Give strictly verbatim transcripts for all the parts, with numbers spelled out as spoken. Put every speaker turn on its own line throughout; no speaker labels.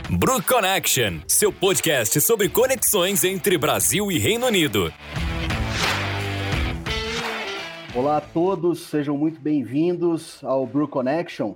Bru Connection, seu podcast sobre conexões entre Brasil e Reino Unido.
Olá a todos, sejam muito bem-vindos ao Bru Connection,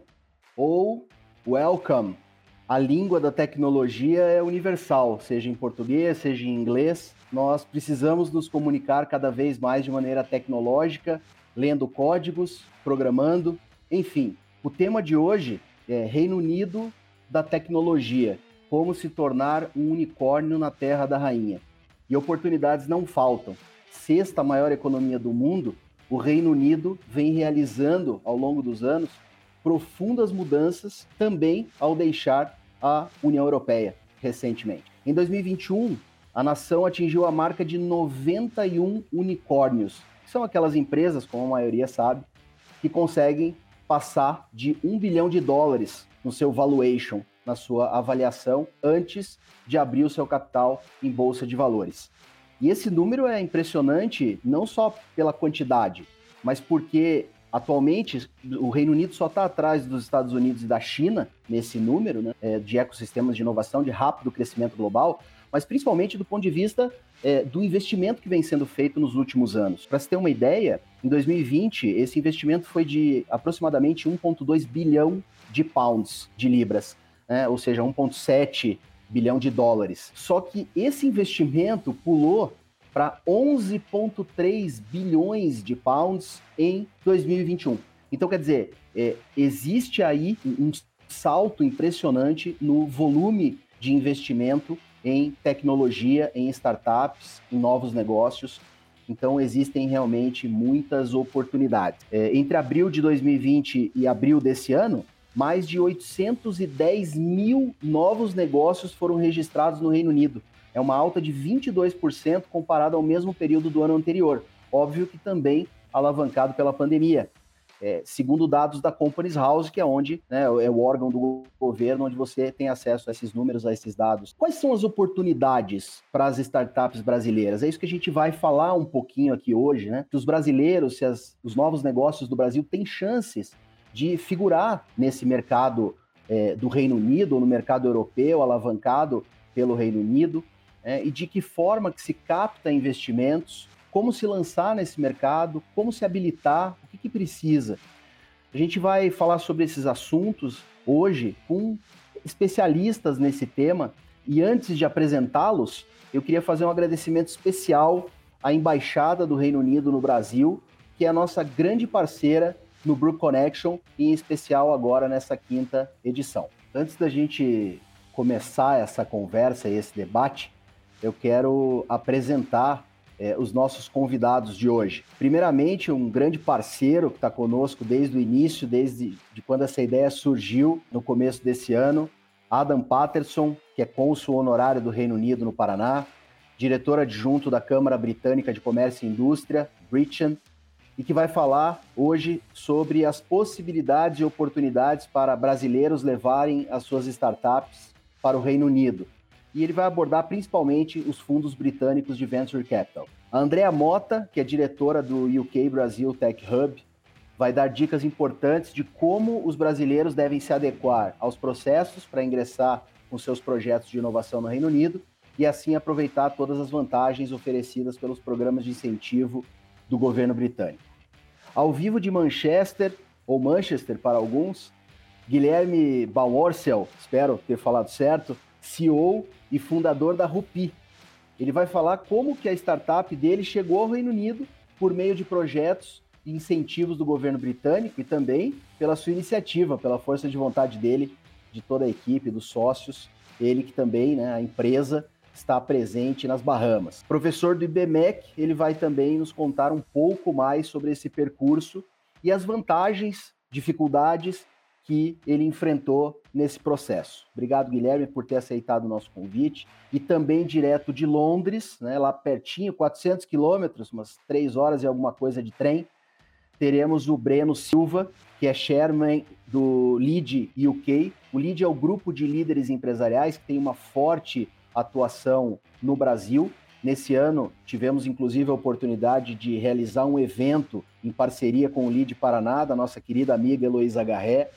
ou Welcome. A língua da tecnologia é universal, seja em português, seja em inglês. Nós precisamos nos comunicar cada vez mais de maneira tecnológica, lendo códigos, programando, enfim. O tema de hoje é Reino Unido da tecnologia, como se tornar um unicórnio na terra da rainha. E oportunidades não faltam. Sexta maior economia do mundo, o Reino Unido vem realizando, ao longo dos anos, profundas mudanças também ao deixar a União Europeia, recentemente. Em dois mil e vinte e um, a nação atingiu a marca de noventa e um unicórnios, que são aquelas empresas, como a maioria sabe, que conseguem passar de um bilhão de dólares no seu valuation, na sua avaliação, antes de abrir o seu capital em bolsa de valores. E esse número é impressionante não só pela quantidade, mas porque atualmente o Reino Unido só está atrás dos Estados Unidos e da China nesse número, né, de ecossistemas de inovação, de rápido crescimento global, mas principalmente do ponto de vista é, do investimento que vem sendo feito nos últimos anos. Para se ter uma ideia, em dois mil e vinte, esse investimento foi de aproximadamente um vírgula dois bilhão de pounds, de libras, né? Ou seja, um vírgula sete bilhão de dólares. Só que esse investimento pulou para onze vírgula três bilhões de pounds em dois mil e vinte e um. Então, quer dizer, é, existe aí um salto impressionante no volume de investimento em tecnologia, em startups, em novos negócios. Então, existem realmente muitas oportunidades. É, entre abril de dois mil e vinte e abril desse ano, mais de oitocentos e dez mil novos negócios foram registrados no Reino Unido. É uma alta de vinte e dois por cento comparado ao mesmo período do ano anterior. Óbvio que também alavancado pela pandemia. É, segundo dados da Companies House, que é onde, né, é o órgão do governo onde você tem acesso a esses números, a esses dados. Quais são as oportunidades para as startups brasileiras? É isso que a gente vai falar um pouquinho aqui hoje, né? Se os brasileiros, se as, os novos negócios do Brasil têm chances de figurar nesse mercado é, do Reino Unido, ou no mercado europeu, alavancado pelo Reino Unido, é, e de que forma que se capta investimentos, como se lançar nesse mercado, como se habilitar, o que, que precisa. A gente vai falar sobre esses assuntos hoje com especialistas nesse tema, e antes de apresentá-los, eu queria fazer um agradecimento especial à Embaixada do Reino Unido no Brasil, que é a nossa grande parceira no Bru Connection, e em especial agora nessa quinta edição. Antes da gente começar essa conversa e esse debate, eu quero apresentar é, os nossos convidados de hoje. Primeiramente, um grande parceiro que está conosco desde o início, desde de quando essa ideia surgiu no começo desse ano, Adam Patterson, que é cônsul honorário do Reino Unido no Paraná, diretor adjunto da Câmara Britânica de Comércio e Indústria, Britchan, e que vai falar hoje sobre as possibilidades e oportunidades para brasileiros levarem as suas startups para o Reino Unido. E ele vai abordar principalmente os fundos britânicos de Venture Capital. A Andrea Mota, que é diretora do U K Brasil Tech Hub, vai dar dicas importantes de como os brasileiros devem se adequar aos processos para ingressar com seus projetos de inovação no Reino Unido e assim aproveitar todas as vantagens oferecidas pelos programas de incentivo do governo britânico. Ao vivo de Manchester, ou Manchester para alguns, Guilherme Balmorcel, espero ter falado certo, C E O e fundador da Rupi. Ele vai falar como que a startup dele chegou ao Reino Unido por meio de projetos e incentivos do governo britânico e também pela sua iniciativa, pela força de vontade dele, de toda a equipe, dos sócios, ele que também, né, a empresa, está presente nas Bahamas. Professor do I B M E C, ele vai também nos contar um pouco mais sobre esse percurso e as vantagens, dificuldades que ele enfrentou nesse processo. Obrigado, Guilherme, por ter aceitado o nosso convite. E também direto de Londres, né, lá pertinho, quatrocentos quilômetros, umas três horas e alguma coisa de trem, teremos o Breno Silva, que é chairman do Lead U K. O Lead é o grupo de líderes empresariais que tem uma forte atuação no Brasil. Nesse ano, tivemos inclusive a oportunidade de realizar um evento em parceria com o Lead Paraná, da nossa querida amiga Heloísa Garré,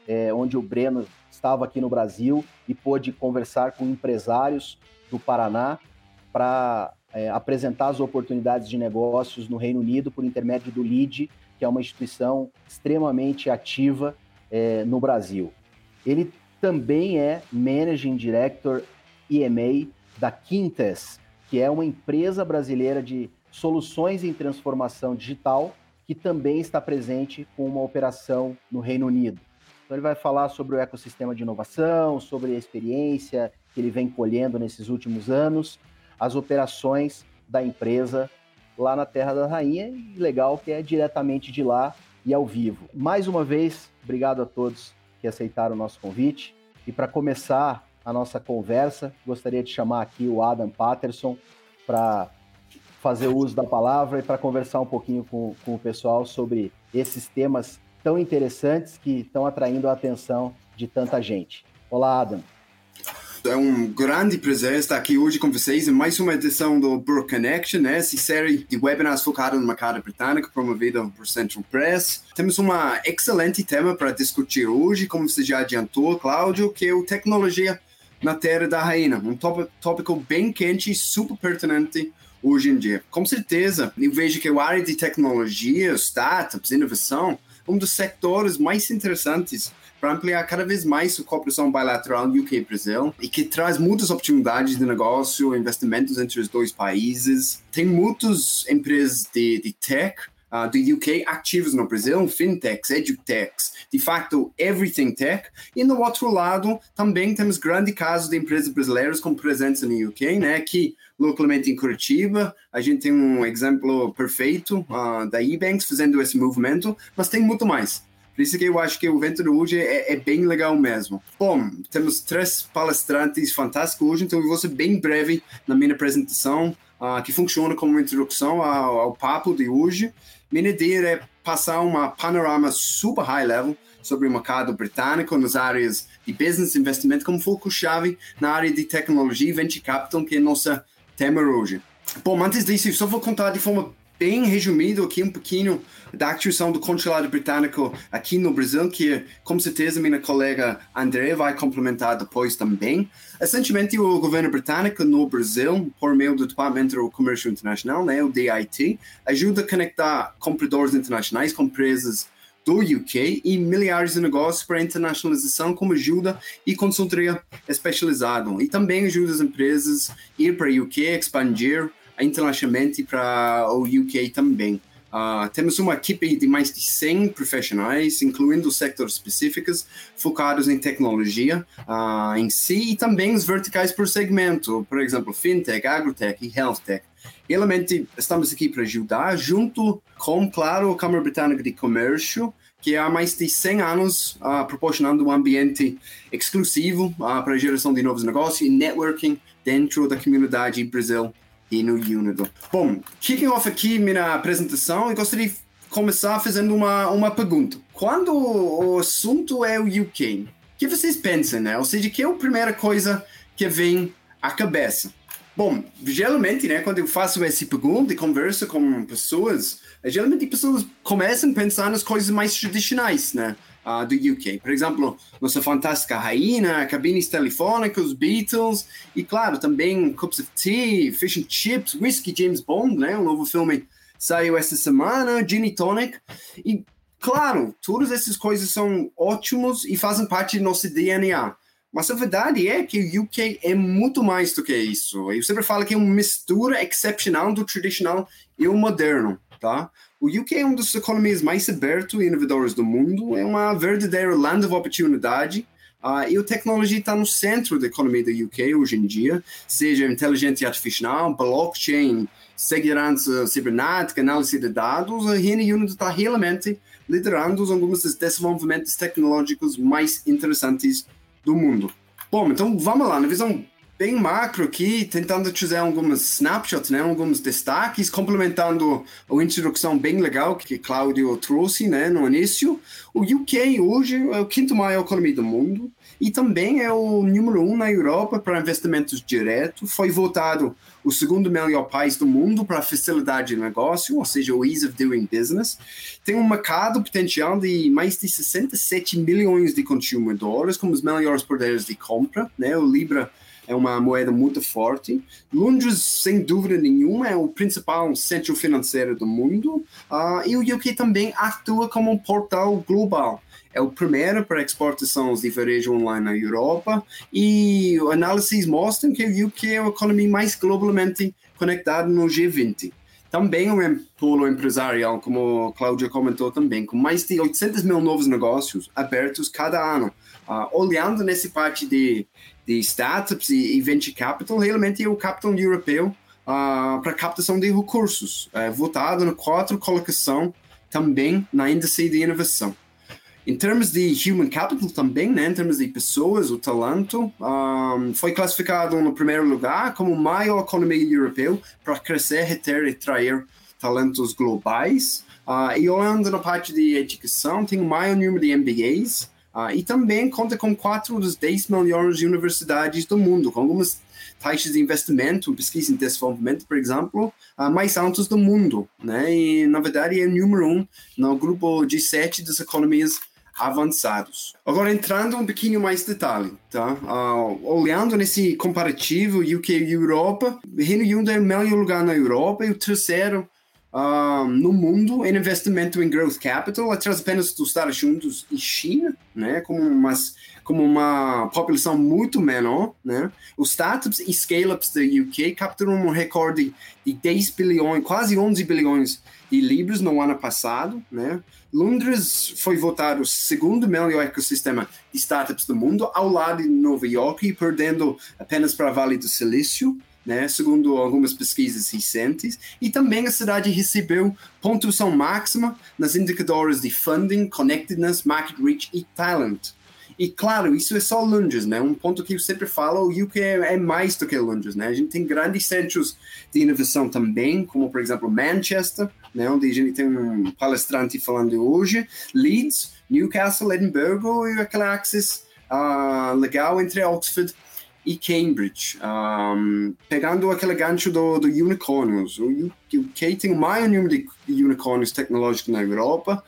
é, onde o Breno estava aqui no Brasil e pôde conversar com empresários do Paraná para é, apresentar as oportunidades de negócios no Reino Unido por intermédio do L E E D, que é uma instituição extremamente ativa é, no Brasil. Ele também é Managing Director E M A da Quintes, que é uma empresa brasileira de soluções em transformação digital, que também está presente com uma operação no Reino Unido. Então ele vai falar sobre o ecossistema de inovação, sobre a experiência que ele vem colhendo nesses últimos anos, as operações da empresa lá na Terra da Rainha, e legal que é diretamente de lá e ao vivo. Mais uma vez, obrigado a todos que aceitaram o nosso convite. E para começar a nossa conversa, gostaria de chamar aqui o Adam Patterson para fazer uso da palavra e para conversar um pouquinho com, com o pessoal sobre esses temas tão interessantes que estão atraindo a atenção de tanta gente. Olá, Adam.
É um grande prazer estar aqui hoje com vocês em mais uma edição do Brook Connection, né? Essa série de webinars focada no mercado britânico, promovida por Central Press. Temos um excelente tema para discutir hoje, como você já adiantou, Cláudio, que é a tecnologia na Terra da Rainha. Um tópico bem quente e super pertinente hoje em dia. Com certeza, eu vejo que a área de tecnologia, startups, inovação, é um dos setores mais interessantes para ampliar cada vez mais a cooperação bilateral U K-Brasil e que traz muitas oportunidades de negócio, investimentos entre os dois países. Tem muitas empresas de, de tech uh, do U K ativas no Brasil, fintechs, edutechs, de facto, everything tech. E no outro lado, também temos grande casos de empresas brasileiras com presença no U K, né? Aqui, localmente em Curitiba, a gente tem um exemplo perfeito uh, da eBanks fazendo esse movimento, mas tem muito mais. Por isso que eu acho que o evento de hoje é, é bem legal mesmo. Bom, temos três palestrantes fantásticos hoje, então eu vou ser bem breve na minha apresentação, uh, que funciona como uma introdução ao, ao papo de hoje. Minha ideia é passar uma panorama super high level sobre o mercado britânico nas áreas de business, investimento, como foco-chave na área de tecnologia e venture capital, que é nosso tema hoje. Bom, antes disso, eu só vou contar de forma bem resumido aqui um pouquinho da atuação do consulado britânico aqui no Brasil, que com certeza minha colega André vai complementar depois também. Essencialmente, o governo britânico no Brasil, por meio do Departamento do Comércio Internacional, né, o D I T, ajuda a conectar compradores internacionais com empresas do U K e milhares de negócios para internacionalização como ajuda e consultoria especializada. E também ajuda as empresas a ir para o U K, expandir internacionalmente para o U K também. Uh, temos uma equipe de mais de cem profissionais, incluindo sectores específicos, focados em tecnologia uh, em si, e também os verticais por segmento, por exemplo, fintech, agrotech e healthtech. Realmente estamos aqui para ajudar, junto com, claro, a Câmara Britânica de Comércio, que há mais de cem anos uh, proporcionando um ambiente exclusivo uh, para a geração de novos negócios e networking dentro da comunidade Brasil e no Unido. Bom, kicking off aqui minha apresentação, eu gostaria de começar fazendo uma, uma pergunta. Quando o assunto é o U K, o que vocês pensam, né? Ou seja, que é a primeira coisa que vem à cabeça? Bom, geralmente, né, quando eu faço essa pergunta e converso com pessoas, geralmente pessoas começam a pensar nas coisas mais tradicionais, né? Uh, do U K. Por exemplo, nossa fantástica rainha, cabines telefônicas, Beatles e, claro, também Cups of Tea, Fish and Chips, Whisky, James Bond, né? Um novo filme saiu esta semana, Gin and Tonic. E, claro, todas essas coisas são ótimas e fazem parte do nosso D N A. Mas a verdade é que o U K é muito mais do que isso. Eu sempre falo que é uma mistura excepcional do tradicional e o moderno, tá? O U K é uma das economias mais abertas e inovadoras do mundo, é uma verdadeira land of opportunidade, uh, e a tecnologia está no centro da economia do U K hoje em dia, seja inteligência artificial, blockchain, segurança cibernética, análise de dados. A Reino Unido está realmente liderando alguns dos desenvolvimentos tecnológicos mais interessantes do mundo. Bom, então vamos lá, na visão bem macro aqui, tentando trazer algumas snapshots, né, alguns destaques, complementando a introdução bem legal que Cláudio trouxe, né, no início. O U K hoje é o quinto maior economia do mundo e também é o número um na Europa para investimentos diretos. Foi votado o segundo melhor país do mundo para facilidade de negócio, ou seja, o ease of doing business. Tem um mercado potencial de mais de sessenta e sete milhões de consumidores, com os melhores poderes de compra, né? O Libra é uma moeda muito forte. Londres, sem dúvida nenhuma, é o principal centro financeiro do mundo. Uh, e o U K também atua como um portal global. É o primeiro para exportações de varejo online na Europa e análises mostram que o U K é a economia mais globalmente conectada no G vinte. Também é um polo empresarial, como o Cláudio comentou também, com mais de oitocentos mil novos negócios abertos cada ano. Uh, olhando nessa parte de, de startups e, e venture capital, realmente é o capital europeu uh, para captação de recursos, uh, votado na quarta colocação também na índice de inovação. Em termos de human capital também, né, em termos de pessoas, o talento, um, foi classificado no primeiro lugar como maior economia europeu para crescer, reter e atrair talentos globais. Uh, e olhando na parte de educação, tem o maior número de M B As uh, e também conta com quatro das dez melhores universidades do mundo, com algumas taxas de investimento, pesquisa e desenvolvimento, por exemplo, uh, mais altas do mundo, né? E, na verdade, é o número um no grupo G sete das economias avançados. Agora, entrando um pouquinho mais detalhe, tá? Uh, olhando nesse comparativo U K e Europa, Reino Unido é o melhor lugar na Europa e o terceiro uh, no mundo em investimento em growth capital, atrás apenas dos Estados Unidos e China, né? Como umas como uma população muito menor, né? Os startups e scale-ups da U K capturam um recorde de dez bilhões, quase onze bilhões de libras no ano passado, né? Londres foi votado o segundo melhor ecossistema de startups do mundo, ao lado de Nova York, perdendo apenas para Vale do Silício, né? Segundo algumas pesquisas recentes. E também a cidade recebeu pontuação máxima nas indicadores de funding, connectedness, market reach e talent. E claro, isso é só Londres, né? Um ponto que eu sempre falo, o U K é mais do que Londres, né? A gente tem grandes centros de inovação também, como por exemplo Manchester, né? Onde a gente tem um palestrante falando hoje, Leeds, Newcastle, Edimburgo e aquela axis uh, legal entre Oxford e Cambridge. Um, pegando aquele gancho do, do unicórnios, o U K tem o maior número de unicórnios tecnológicos na Europa,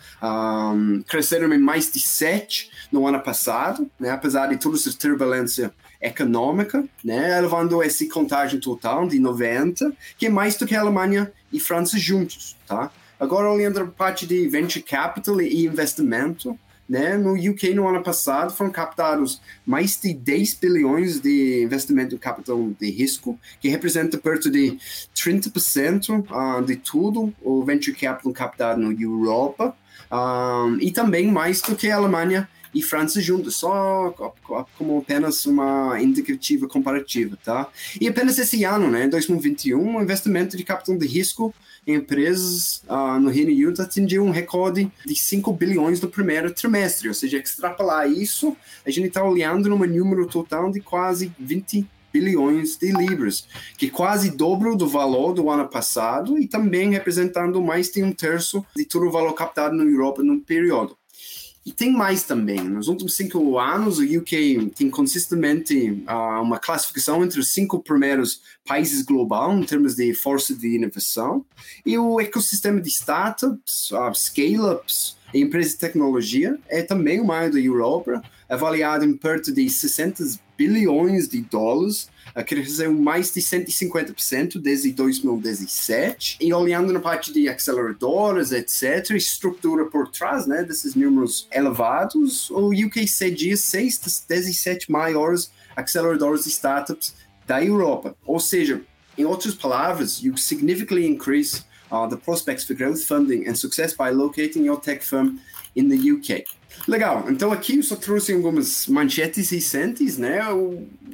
um, cresceram em mais de sete no ano passado, né, apesar de toda essa turbulência econômica, né, levando esse contagem total de noventa, que é mais do que a Alemanha e França juntos. Tá? Agora, olhando a parte de venture capital e investimento, né, no U K, no ano passado, foram captados mais de dez bilhões de investimento em capital de risco, que representa perto de trinta por cento uh, de tudo o venture capital captado na Europa, um, e também mais do que a Alemanha e França juntos, só como apenas uma indicativa comparativa, tá? E apenas esse ano, né, dois mil e vinte e um, o investimento de capital de risco em empresas uh, no Reino Unido atingiu um recorde de cinco bilhões no primeiro trimestre, ou seja, extrapolar isso, a gente está olhando num número total de quase vinte bilhões de libras, que quase dobro do valor do ano passado e também representando mais de um terço de todo o valor captado na Europa no período. E tem mais também. Nos últimos cinco anos, o U K tem consistentemente uh, uma classificação entre os cinco primeiros países globais em termos de força de inovação. E o ecossistema de startups, uh, scale-ups e empresas de tecnologia é também o maior da Europa, avaliado em perto de sessenta bilhões de dólares, uh, que cresceu mais de cento e cinquenta por cento desde dois mil e dezessete. E olhando na parte de aceleradoras, etcétera, estrutura por trás, né, desses números elevados, o U K cedia seis das dezessete maiores aceleradores de startups da Europa. Ou seja, em outras palavras, you significantly increase uh, the prospects for growth funding and success by locating your tech firm in the U K. Legal, então aqui eu só trouxe algumas manchetes recentes, né? Eu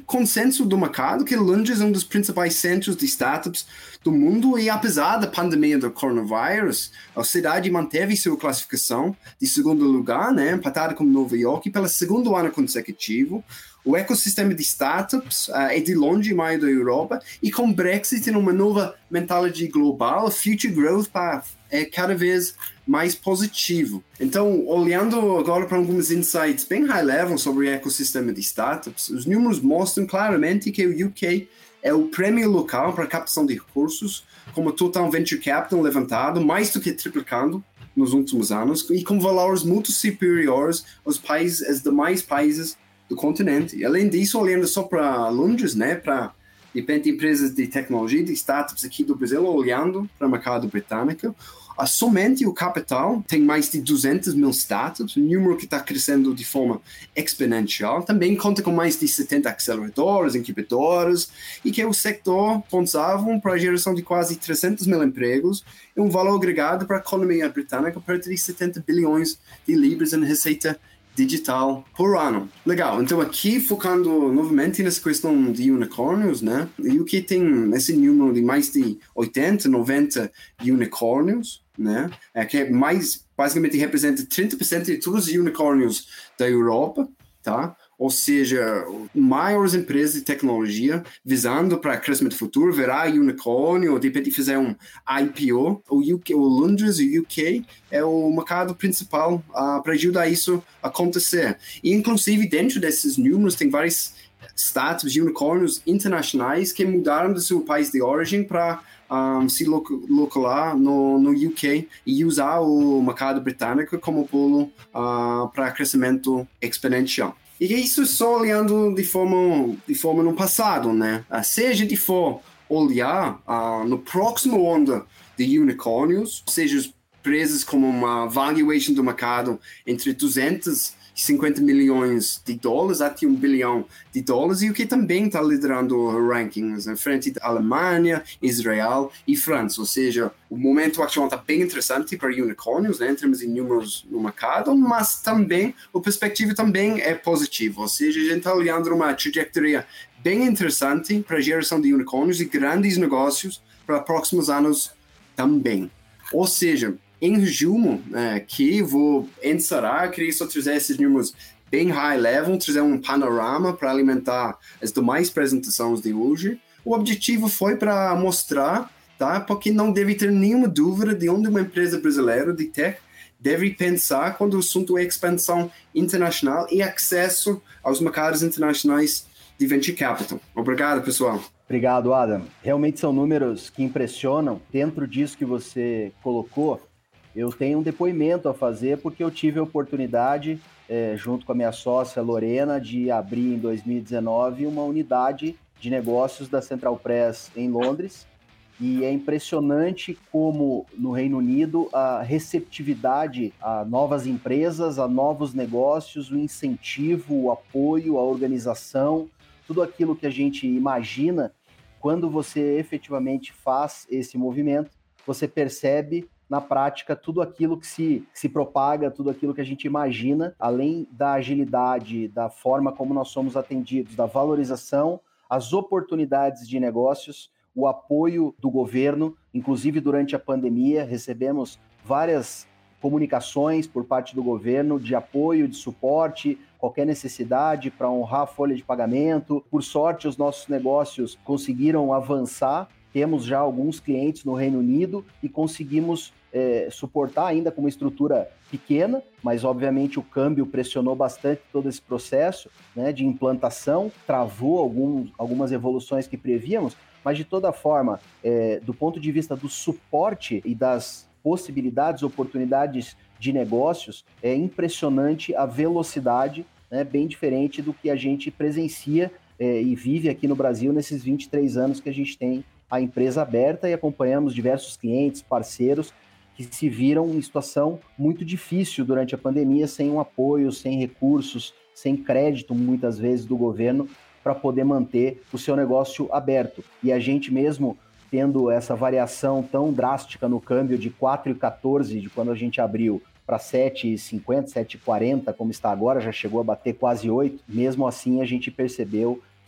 consenso do mercado que Londres é um dos principais centros de startups do mundo e apesar da pandemia do coronavírus, a cidade manteve sua classificação de segundo lugar, né, empatada com Nova York pelo segundo ano consecutivo. O ecossistema de startups uh, é de longe maior da Europa e com o Brexit tem uma nova mentalidade global, future growth para, é cada vez mais positivo. Então, olhando agora para alguns insights bem high level sobre o ecossistema de startups, os números mostram claramente que o U K é o prêmio local para captação de recursos, com o total venture capital levantado, mais do que triplicando nos últimos anos, e com valores muito superiores aos países, aos demais países do continente. Além disso, olhando só para Londres, né, para de repente empresas de tecnologia, de startups aqui do Brasil, olhando para o mercado britânico, a somente o capital tem mais de duzentos mil startups, um número que está crescendo de forma exponencial. Também conta com mais de setenta aceleradores, incubadoras, e que é o sector responsável para a geração de quase trezentos mil empregos e um valor agregado para a economia britânica perto de setenta bilhões de libras em receita digital por ano. Legal, então aqui focando novamente nessa questão de unicórnios, né? E o que tem esse número de mais de oitenta, noventa unicórnios, né? É que é mais, basicamente representa trinta por cento de todos os unicórnios da Europa, tá? Ou seja, maiores empresas de tecnologia visando para crescimento futuro, verá unicórnio, ou de repente fizer um I P O. O, U K, o Londres, o U K, é o mercado principal uh, para ajudar isso a acontecer. E, inclusive, dentro desses números, tem vários startups, unicórnios internacionais que mudaram do seu país de origem para um, se locolar no, no U K e usar o mercado britânico como polo uh, para crescimento exponencial. E isso só olhando de forma, de forma no passado, né? Uh, se a gente for olhar uh, no próximo onda de unicórnios, ou seja, as empresas com uma valuation do mercado entre duzentos e cinquenta milhões de dólares até um bilhão de dólares, e o que também está liderando rankings em frente da Alemanha, Israel e França. Ou seja, o momento atual está bem interessante para unicórnios, né, em termos de números no mercado, mas também a perspectiva também é positiva. Ou seja, a gente está olhando uma trajetória bem interessante para a geração de unicórnios e grandes negócios para próximos anos também. Ou seja, em resumo, é, que vou encerrar, queria só trazer esses números bem high level, trazer um panorama para alimentar as demais apresentações de hoje. O objetivo foi para mostrar, tá, porque não deve ter nenhuma dúvida de onde uma empresa brasileira de tech deve pensar quando o assunto é expansão internacional e acesso aos mercados internacionais de venture capital. Obrigado, pessoal.
Obrigado, Adam. Realmente são números que impressionam. Dentro disso que você colocou, eu tenho um depoimento a fazer porque eu tive a oportunidade, é, junto com a minha sócia Lorena, de abrir em dois mil e dezenove uma unidade de negócios da Central Press em Londres, e é impressionante como no Reino Unido a receptividade a novas empresas, a novos negócios, o incentivo, o apoio, a organização, tudo aquilo que a gente imagina, quando você efetivamente faz esse movimento, você percebe na prática tudo aquilo que se, que se propaga, tudo aquilo que a gente imagina, além da agilidade, da forma como nós somos atendidos, da valorização, as oportunidades de negócios, o apoio do governo. Inclusive durante a pandemia recebemos várias comunicações por parte do governo de apoio, de suporte, qualquer necessidade para honrar a folha de pagamento. Por sorte, os nossos negócios conseguiram avançar. Temos já alguns clientes no Reino Unido e conseguimos é, suportar ainda com uma estrutura pequena, mas obviamente o câmbio pressionou bastante todo esse processo, né, de implantação, travou algum, algumas evoluções que prevíamos, mas de toda forma, é, do ponto de vista do suporte e das possibilidades, oportunidades de negócios, é impressionante a velocidade, né, bem diferente do que a gente presencia é, e vive aqui no Brasil nesses vinte e três anos que a gente tem a empresa aberta, e acompanhamos diversos clientes, parceiros, que se viram em situação muito difícil durante a pandemia, sem um apoio, sem recursos, sem crédito, muitas vezes, do governo, para poder manter o seu negócio aberto. E a gente mesmo, tendo essa variação tão drástica no câmbio de quatro reais e quatorze centavos de quando a gente abriu para sete reais e cinquenta centavos, sete reais e quarenta centavos, como está agora, já chegou a bater quase oito, mesmo assim a gente percebeu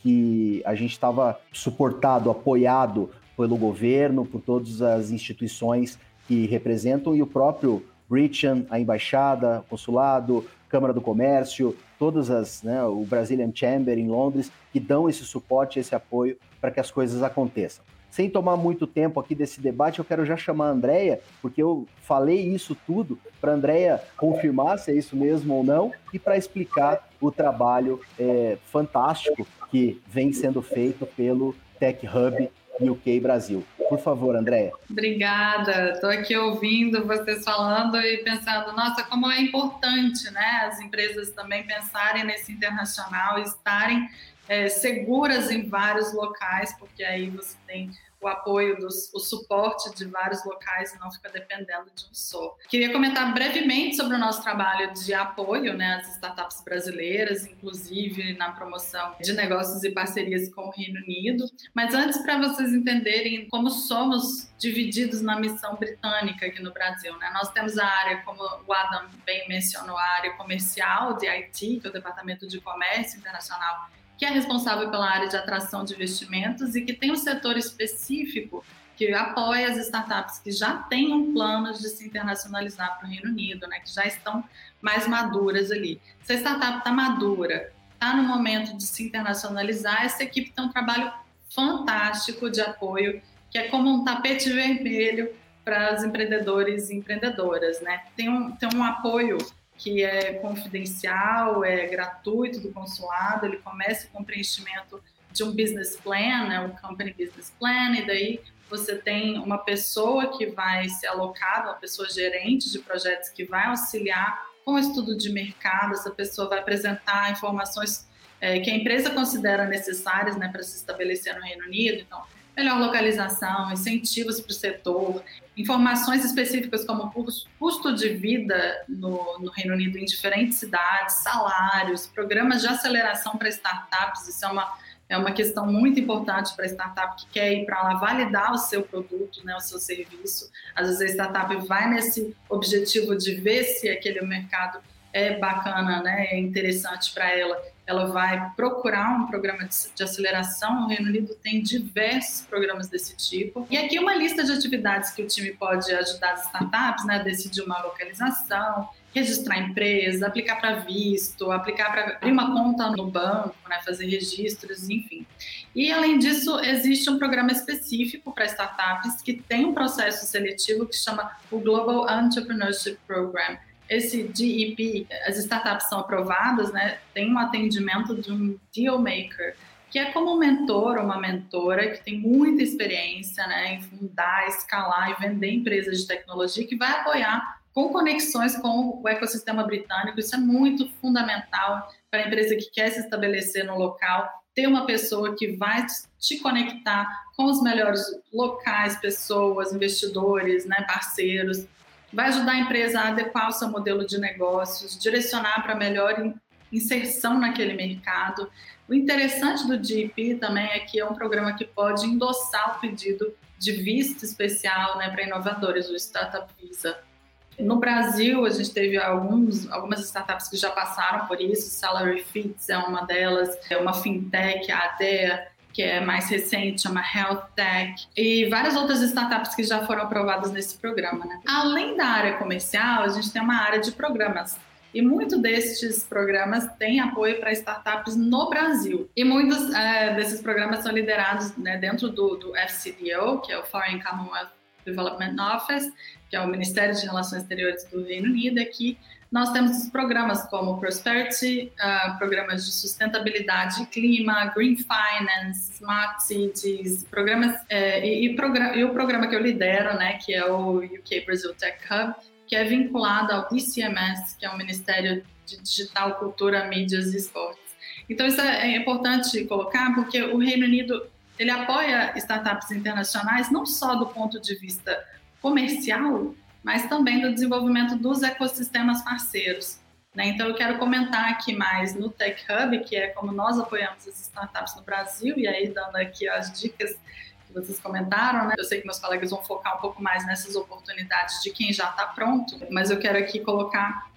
que a gente estava suportado, apoiado pelo governo, por todas as instituições que representam, e o próprio Bridgend, a embaixada, consulado, Câmara do Comércio, todas as, né, o Brazilian Chamber em Londres, que dão esse suporte, esse apoio para que as coisas aconteçam. Sem tomar muito tempo aqui desse debate, eu quero já chamar a Andrea, porque eu falei isso tudo para a Andrea confirmar se é isso mesmo ou não, e para explicar o trabalho é, fantástico que vem sendo feito pelo Tech Hub U K Brasil. Por favor, Andrea.
Obrigada. Estou aqui ouvindo vocês falando e pensando, nossa, como é importante, né, as empresas também pensarem nesse internacional e estarem é, seguras em vários locais, porque aí você tem o apoio, dos, o suporte de vários locais e não fica dependendo de um só. Queria comentar brevemente sobre o nosso trabalho de apoio, né, às startups brasileiras, inclusive na promoção de negócios e parcerias com o Reino Unido. Mas antes, para vocês entenderem como somos divididos na missão britânica aqui no Brasil, né? Nós temos a área, como o Adam bem mencionou, a área comercial de I T, que é o Departamento de Comércio Internacional, que é responsável pela área de atração de investimentos e que tem um setor específico que apoia as startups que já têm um plano de se internacionalizar para o Reino Unido, né, que já estão mais maduras ali. Se a startup está madura, está no momento de se internacionalizar, essa equipe tem um trabalho fantástico de apoio, que é como um tapete vermelho para os empreendedores e empreendedoras, né? Tem um, tem um apoio que é confidencial, é gratuito do consulado, ele começa com o preenchimento de um business plan, né, um company business plan, e daí você tem uma pessoa que vai ser alocada, uma pessoa gerente de projetos que vai auxiliar com o estudo de mercado, essa pessoa vai apresentar informações é, que a empresa considera necessárias, né, para se estabelecer no Reino Unido, então melhor localização, incentivos para o setor, informações específicas como custo de vida no, no Reino Unido em diferentes cidades, salários, programas de aceleração para startups, isso é uma, é uma questão muito importante para a startup que quer ir para lá validar o seu produto, né, o seu serviço. Às vezes a startup vai nesse objetivo de ver se aquele mercado é bacana, né, é interessante para ela. Ela vai procurar um programa de aceleração. O Reino Unido tem diversos programas desse tipo. E aqui uma lista de atividades que o time pode ajudar as startups, né? Decidir uma localização, registrar empresa, aplicar para visto, aplicar para abrir uma conta no banco, né? Fazer registros, enfim. E, além disso, existe um programa específico para startups que tem um processo seletivo que chama o Global Entrepreneurship Program. Esse G E P, as startups são aprovadas, né? Tem um atendimento de um deal maker, que é como um mentor ou uma mentora que tem muita experiência, né, em fundar, escalar e vender empresas de tecnologia, que vai apoiar com conexões com o ecossistema britânico. Isso é muito fundamental para a empresa que quer se estabelecer no local, ter uma pessoa que vai te conectar com os melhores locais, pessoas, investidores, né, parceiros. Vai ajudar a empresa a adequar o seu modelo de negócios, direcionar para melhor inserção naquele mercado. O interessante do G E P também é que é um programa que pode endossar o pedido de visto especial, né, para inovadores, o Startup Visa. No Brasil, a gente teve alguns, algumas startups que já passaram por isso. Salary Fits é uma delas, é uma fintech, a Adea, que é mais recente, chama Health Tech, e várias outras startups que já foram aprovadas nesse programa, né? Além da área comercial, a gente tem uma área de programas, e muitos destes programas têm apoio para startups no Brasil. E muitos é, desses programas são liderados, né, dentro do, do F C D O, que é o Foreign Commonwealth Development Office, que é o Ministério de Relações Exteriores do Reino Unido. Aqui nós temos programas como Prosperity, uh, programas de sustentabilidade e clima, Green Finance, Smart Cities, programas, é, e, e, programa, e o programa que eu lidero, né, que é o U K Brazil Tech Hub, que é vinculado ao D C M S, que é o Ministério de Digital, Cultura, Mídias e Esportes. Então isso é importante colocar, porque o Reino Unido ele apoia startups internacionais não só do ponto de vista comercial, mas também do desenvolvimento dos ecossistemas parceiros, né? Então, eu quero comentar aqui mais no Tech Hub, que é como nós apoiamos as startups no Brasil, e aí dando aqui as dicas que vocês comentaram, né? Eu sei que meus colegas vão focar um pouco mais nessas oportunidades de quem já está pronto, mas eu quero aqui colocar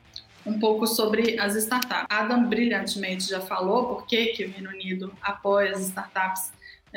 um pouco sobre as startups. Adam brilhantemente já falou por que, que o Reino Unido apoia as startups,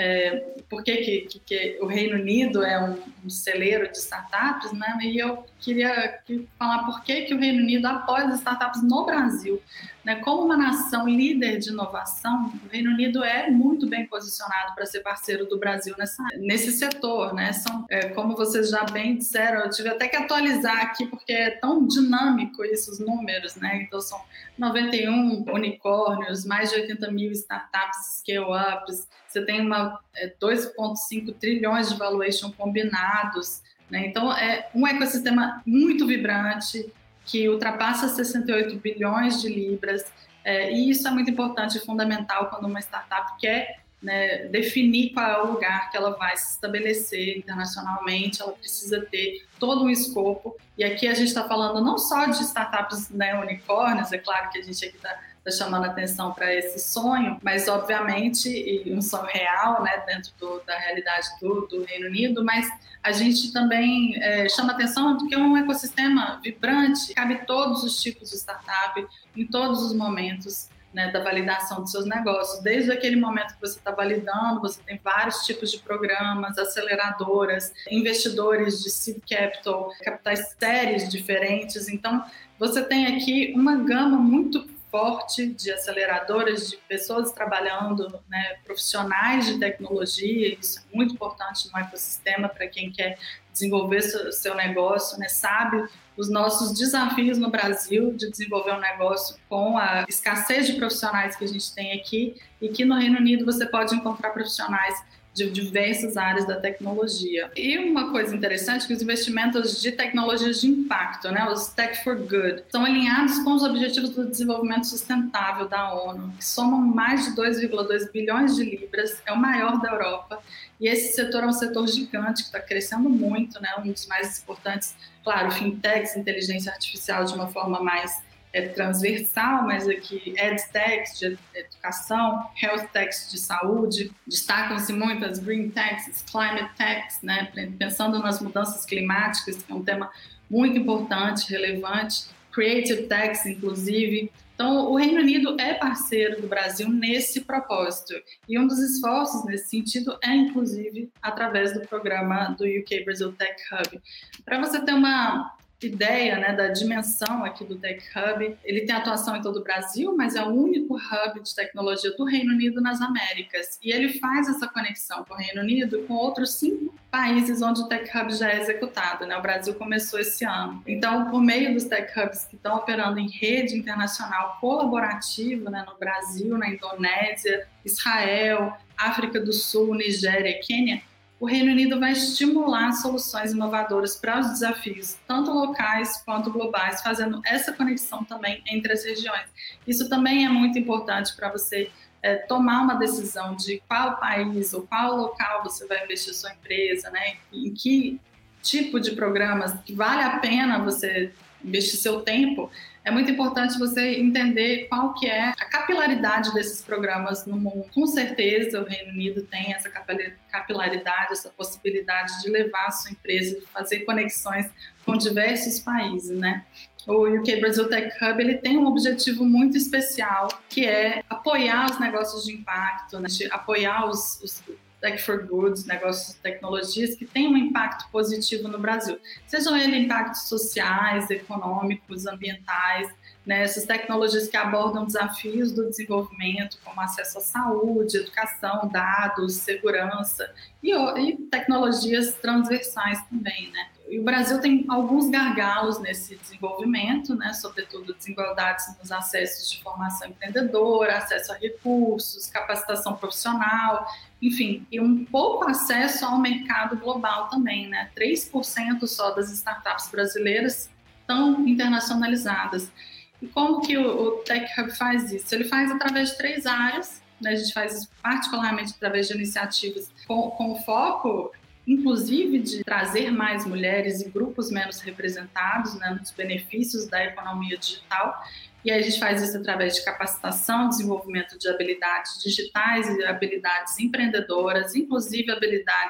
é, por que, que, que, que o Reino Unido é um, um celeiro de startups, né? E eu queria falar por que, que o Reino Unido apoia as startups no Brasil. Né? Como uma nação líder de inovação, o Reino Unido é muito bem posicionado para ser parceiro do Brasil nessa, nesse setor. Né? São, é, como vocês já bem disseram, eu tive até que atualizar aqui, porque é tão dinâmico esses números. Né? Então, são noventa e um unicórnios, mais de oitenta mil startups, scale-ups, você tem uma, é, dois vírgula cinco trilhões de valuation combinados. Né? Então, é um ecossistema muito vibrante, que ultrapassa sessenta e oito bilhões de libras, é, e isso é muito importante e fundamental quando uma startup quer, né, definir qual é o lugar que ela vai se estabelecer internacionalmente. Ela precisa ter todo um escopo, e aqui a gente está falando não só de startups, né, unicórnios, é claro que a gente aqui está tá chamando atenção para esse sonho, mas obviamente, e um sonho real, né, dentro do, da realidade do, do Reino Unido, mas a gente também é, chama atenção porque é um ecossistema vibrante, cabe todos os tipos de startup, em todos os momentos, né, da validação dos seus negócios. Desde aquele momento que você está validando, você tem vários tipos de programas, aceleradoras, investidores de seed capital, capitais sérios diferentes. Então, você tem aqui uma gama muito forte de aceleradoras, de pessoas trabalhando, né, profissionais de tecnologia. Isso é muito importante no ecossistema para quem quer desenvolver seu, seu negócio, né, sabe os nossos desafios no Brasil de desenvolver um negócio com a escassez de profissionais que a gente tem aqui, e que no Reino Unido você pode encontrar profissionais de diversas áreas da tecnologia. E uma coisa interessante é que os investimentos de tecnologias de impacto, né, os Tech for Good, são alinhados com os objetivos do desenvolvimento sustentável da ONU, que somam mais de dois vírgula dois bilhões de libras, é o maior da Europa, e esse setor é um setor gigante que está crescendo muito, né, um dos mais importantes, claro, fintechs, inteligência artificial de uma forma mais é transversal, mas aqui edtechs de educação, health techs de saúde, destacam-se muito as green techs, as climate techs, né, pensando nas mudanças climáticas, que é um tema muito importante, relevante, creative techs, inclusive. Então, o Reino Unido é parceiro do Brasil nesse propósito, e um dos esforços nesse sentido é, inclusive, através do programa do U K Brazil Tech Hub. Para você ter uma ideia, né, da dimensão aqui do Tech Hub, ele tem atuação em todo o Brasil, mas é o único hub de tecnologia do Reino Unido nas Américas, e ele faz essa conexão com o Reino Unido com outros cinco países onde o Tech Hub já é executado, né? O Brasil começou esse ano. Então, por meio dos Tech Hubs que estão operando em rede internacional colaborativa, né, no Brasil, na Indonésia, Israel, África do Sul, Nigéria, Quênia, o Reino Unido vai estimular soluções inovadoras para os desafios, tanto locais quanto globais, fazendo essa conexão também entre as regiões. Isso também é muito importante para você é, tomar uma decisão de qual país ou qual local você vai investir sua empresa, né? Em que tipo de programas que vale a pena você investir seu tempo. É muito importante você entender qual que é a capilaridade desses programas no mundo. Com certeza, o Reino Unido tem essa capilaridade, essa possibilidade de levar a sua empresa, de fazer conexões com diversos países, né? O U K Brazil Tech Hub, ele tem um objetivo muito especial, que é apoiar os negócios de impacto, né? Apoiar os, os Tech for Goods, negócios de tecnologias que têm um impacto positivo no Brasil. Sejam eles impactos sociais, econômicos, ambientais, né, essas tecnologias que abordam desafios do desenvolvimento, como acesso à saúde, educação, dados, segurança e, e tecnologias transversais também, né? E o Brasil tem alguns gargalos nesse desenvolvimento, né, sobretudo desigualdades nos acessos de formação empreendedora, acesso a recursos, capacitação profissional, enfim, e um pouco acesso ao mercado global também, né? três por cento só das startups brasileiras estão internacionalizadas. E como que o, o Tech Hub faz isso? Ele faz através de três áreas, né? A gente faz isso particularmente através de iniciativas com, com foco, inclusive, de trazer mais mulheres e grupos menos representados, né, nos benefícios da economia digital. E aí a gente faz isso através de capacitação, desenvolvimento de habilidades digitais e habilidades empreendedoras, inclusive habilidades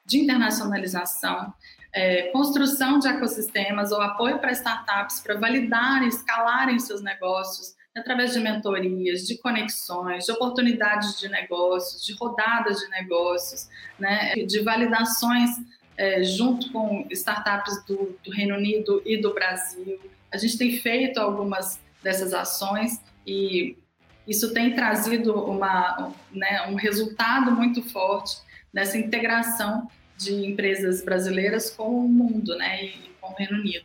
de internacionalização, é, construção de ecossistemas ou apoio para startups para validarem, escalarem seus negócios através de mentorias, de conexões, de oportunidades de negócios, de rodadas de negócios, né, de validações é, junto com startups do, do Reino Unido e do Brasil. A gente tem feito algumas dessas ações e isso tem trazido uma, né, um resultado muito forte nessa integração de empresas brasileiras com o mundo, né, e com o Reino Unido.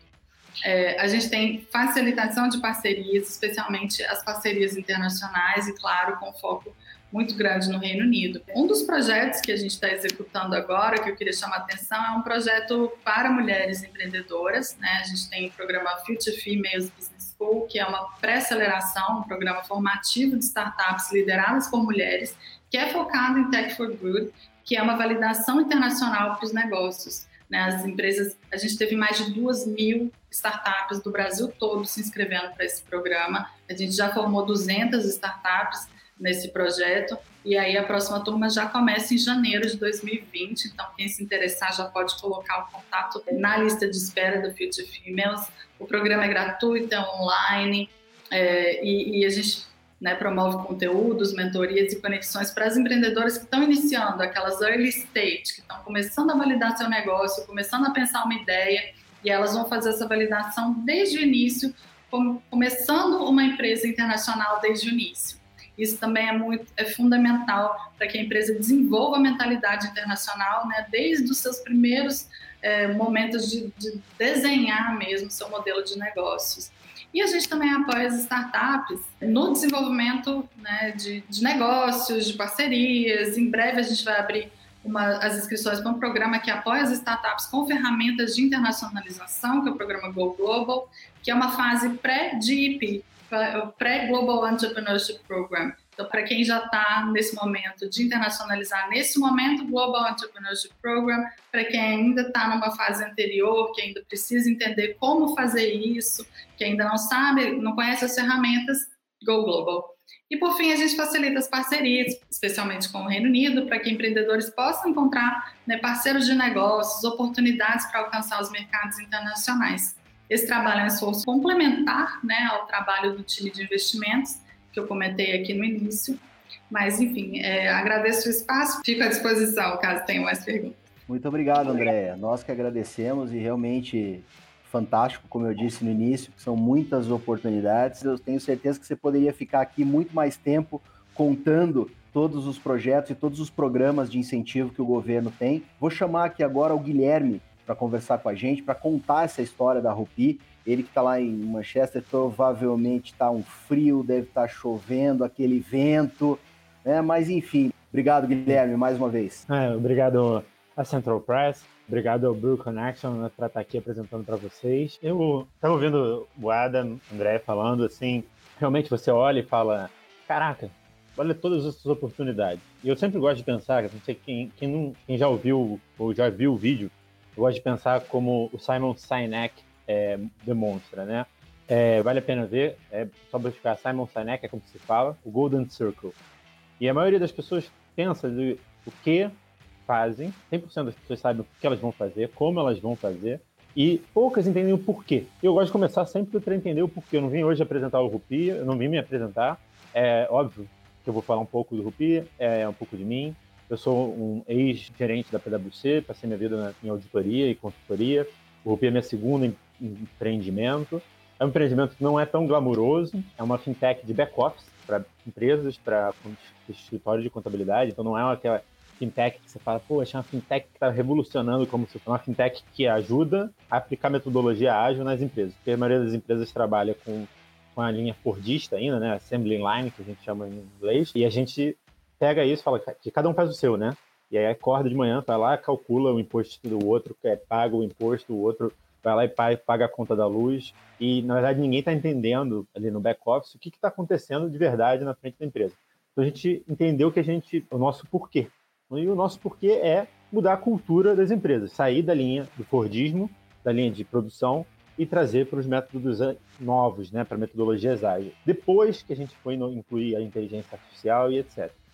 É, a gente tem facilitação de parcerias, especialmente as parcerias internacionais e, claro, com foco muito grande no Reino Unido. Um dos projetos que a gente está executando agora, que eu queria chamar a atenção, é um projeto para mulheres empreendedoras, né? A gente tem o programa Future Females Business School, que é uma pré-aceleração, um programa formativo de startups lideradas por mulheres, que é focado em Tech for Good, que é uma validação internacional para os negócios. Né? As empresas, a gente teve mais de duas mil startups do Brasil todo se inscrevendo para esse programa. A gente já formou duzentas startups nesse projeto e aí a próxima turma já começa em janeiro de dois mil e vinte. Então, quem se interessar já pode colocar o contato na lista de espera do Future Females. O programa é gratuito, é online é, e, e a gente... Né, promove conteúdos, mentorias e conexões para as empreendedoras que estão iniciando, aquelas early stage, que estão começando a validar seu negócio, começando a pensar uma ideia, e elas vão fazer essa validação desde o início, como, começando uma empresa internacional desde o início. Isso também é, muito, é fundamental para que a empresa desenvolva a mentalidade internacional, né, desde os seus primeiros é, momentos de, de desenhar mesmo seu modelo de negócios. E a gente também apoia as startups no desenvolvimento, né, de, de negócios, de parcerias. Em breve a gente vai abrir uma, as inscrições para um programa que apoia as startups com ferramentas de internacionalização, que é o programa Go Global, que é uma fase pré-G E P, pré-Global Entrepreneurship Program. Então, para quem já está nesse momento de internacionalizar, nesse momento, Global Entrepreneurship Program, para quem ainda está numa fase anterior, que ainda precisa entender como fazer isso, que ainda não sabe, não conhece as ferramentas, Go Global. E, por fim, a gente facilita as parcerias, especialmente com o Reino Unido, para que empreendedores possam encontrar, né, parceiros de negócios, oportunidades para alcançar os mercados internacionais. Esse trabalho é um esforço complementar, né, ao trabalho do time de investimentos, que eu comentei aqui no início, mas enfim, é, agradeço o espaço, fico à disposição caso tenham mais perguntas.
Muito obrigado, Andréia. Nós que agradecemos e realmente fantástico, como eu disse no início, são muitas oportunidades. Eu tenho certeza que você poderia ficar aqui muito mais tempo contando todos os projetos e todos os programas de incentivo que o governo tem. Vou chamar aqui agora o Guilherme para conversar com a gente, para contar essa história da Rupi. Ele que está lá em Manchester, provavelmente está um frio, deve estar tá chovendo, aquele vento, né? Mas enfim, obrigado, Guilherme, mais uma vez.
É, obrigado à Central Press, obrigado ao Brew Connection, né, para estar aqui apresentando para vocês. Eu estava ouvindo o Adam, o André falando assim, realmente você olha e fala, caraca, olha todas essas oportunidades. E eu sempre gosto de pensar, não sei quem, quem, não, quem já ouviu ou já viu o vídeo, eu gosto de pensar como o Simon Sinek É, demonstra, né? É, vale a pena ver, é só buscar Simon Sinek, é como se fala, o Golden Circle. E a maioria das pessoas pensa de o que fazem, cem por cento das pessoas sabem o que elas vão fazer, como elas vão fazer, e poucas entendem o porquê. Eu gosto de começar sempre para entender o porquê. Eu não vim hoje apresentar o Rupi, eu não vim me apresentar. É óbvio que eu vou falar um pouco do Rupi, é um pouco de mim. Eu sou um ex-gerente da P W C, passei minha vida em auditoria e consultoria. O Rupi é minha segunda empreendimento. É um empreendimento que não é tão glamuroso, é uma fintech de back-office para empresas, para escritório de contabilidade, então não é aquela fintech que você fala, pô, achei uma fintech que está revolucionando, como se fosse uma fintech que ajuda a aplicar metodologia ágil nas empresas, porque a maioria das empresas trabalha com, com a linha fordista ainda, né, assembly line, que a gente chama em inglês, e a gente pega isso e fala que cada um faz o seu, né, e aí acorda de manhã, vai lá, calcula o imposto do outro, que é, paga o imposto, o outro vai lá e paga a conta da luz, e na verdade ninguém está entendendo ali no back-office o que está acontecendo de verdade na frente da empresa. Então a gente entendeu que a gente, o nosso porquê. E o nosso porquê é mudar a cultura das empresas, sair da linha do Fordismo, da linha de produção, e trazer para os métodos novos, né, para metodologias ágeis. Depois que a gente foi incluir a inteligência artificial e etcétera.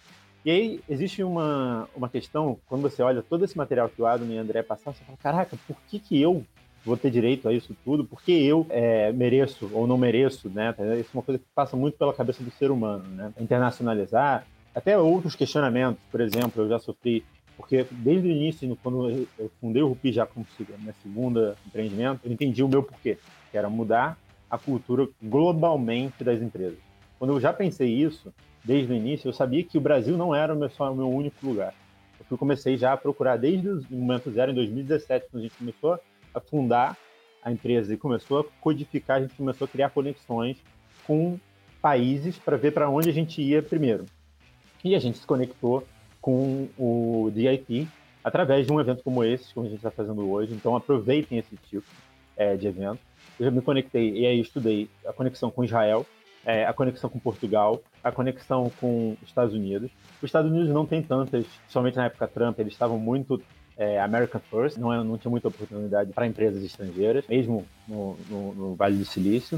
E aí existe uma, uma questão, quando você olha todo esse material que o Adam e o André passaram, você fala, caraca, por que que eu vou ter direito a isso tudo? Por que eu é, mereço ou não mereço, né? Isso é uma coisa que passa muito pela cabeça do ser humano, né? Internacionalizar, até outros questionamentos, por exemplo, eu já sofri, porque desde o início, quando eu fundei o Rupi já como minha segunda empreendimento, eu entendi o meu porquê, que era mudar a cultura globalmente das empresas. Quando eu já pensei isso, desde o início, eu sabia que o Brasil não era o meu, só o meu único lugar. Eu comecei já a procurar desde o momento zero, em dois mil e dezessete, quando a gente começou a fundar a empresa e começou a codificar, a gente começou a criar conexões com países para ver para onde a gente ia primeiro. E a gente se conectou com o D I T através de um evento como esse, como a gente está fazendo hoje. Então, aproveitem esse tipo é, de evento. Eu já me conectei e aí estudei a conexão com Israel, é, a conexão com Portugal, a conexão com os Estados Unidos. Os Estados Unidos não tem tantas, principalmente na época Trump, eles estavam muito é, American First, não, não tinha muita oportunidade para empresas estrangeiras, mesmo no, no, no Vale do Silício.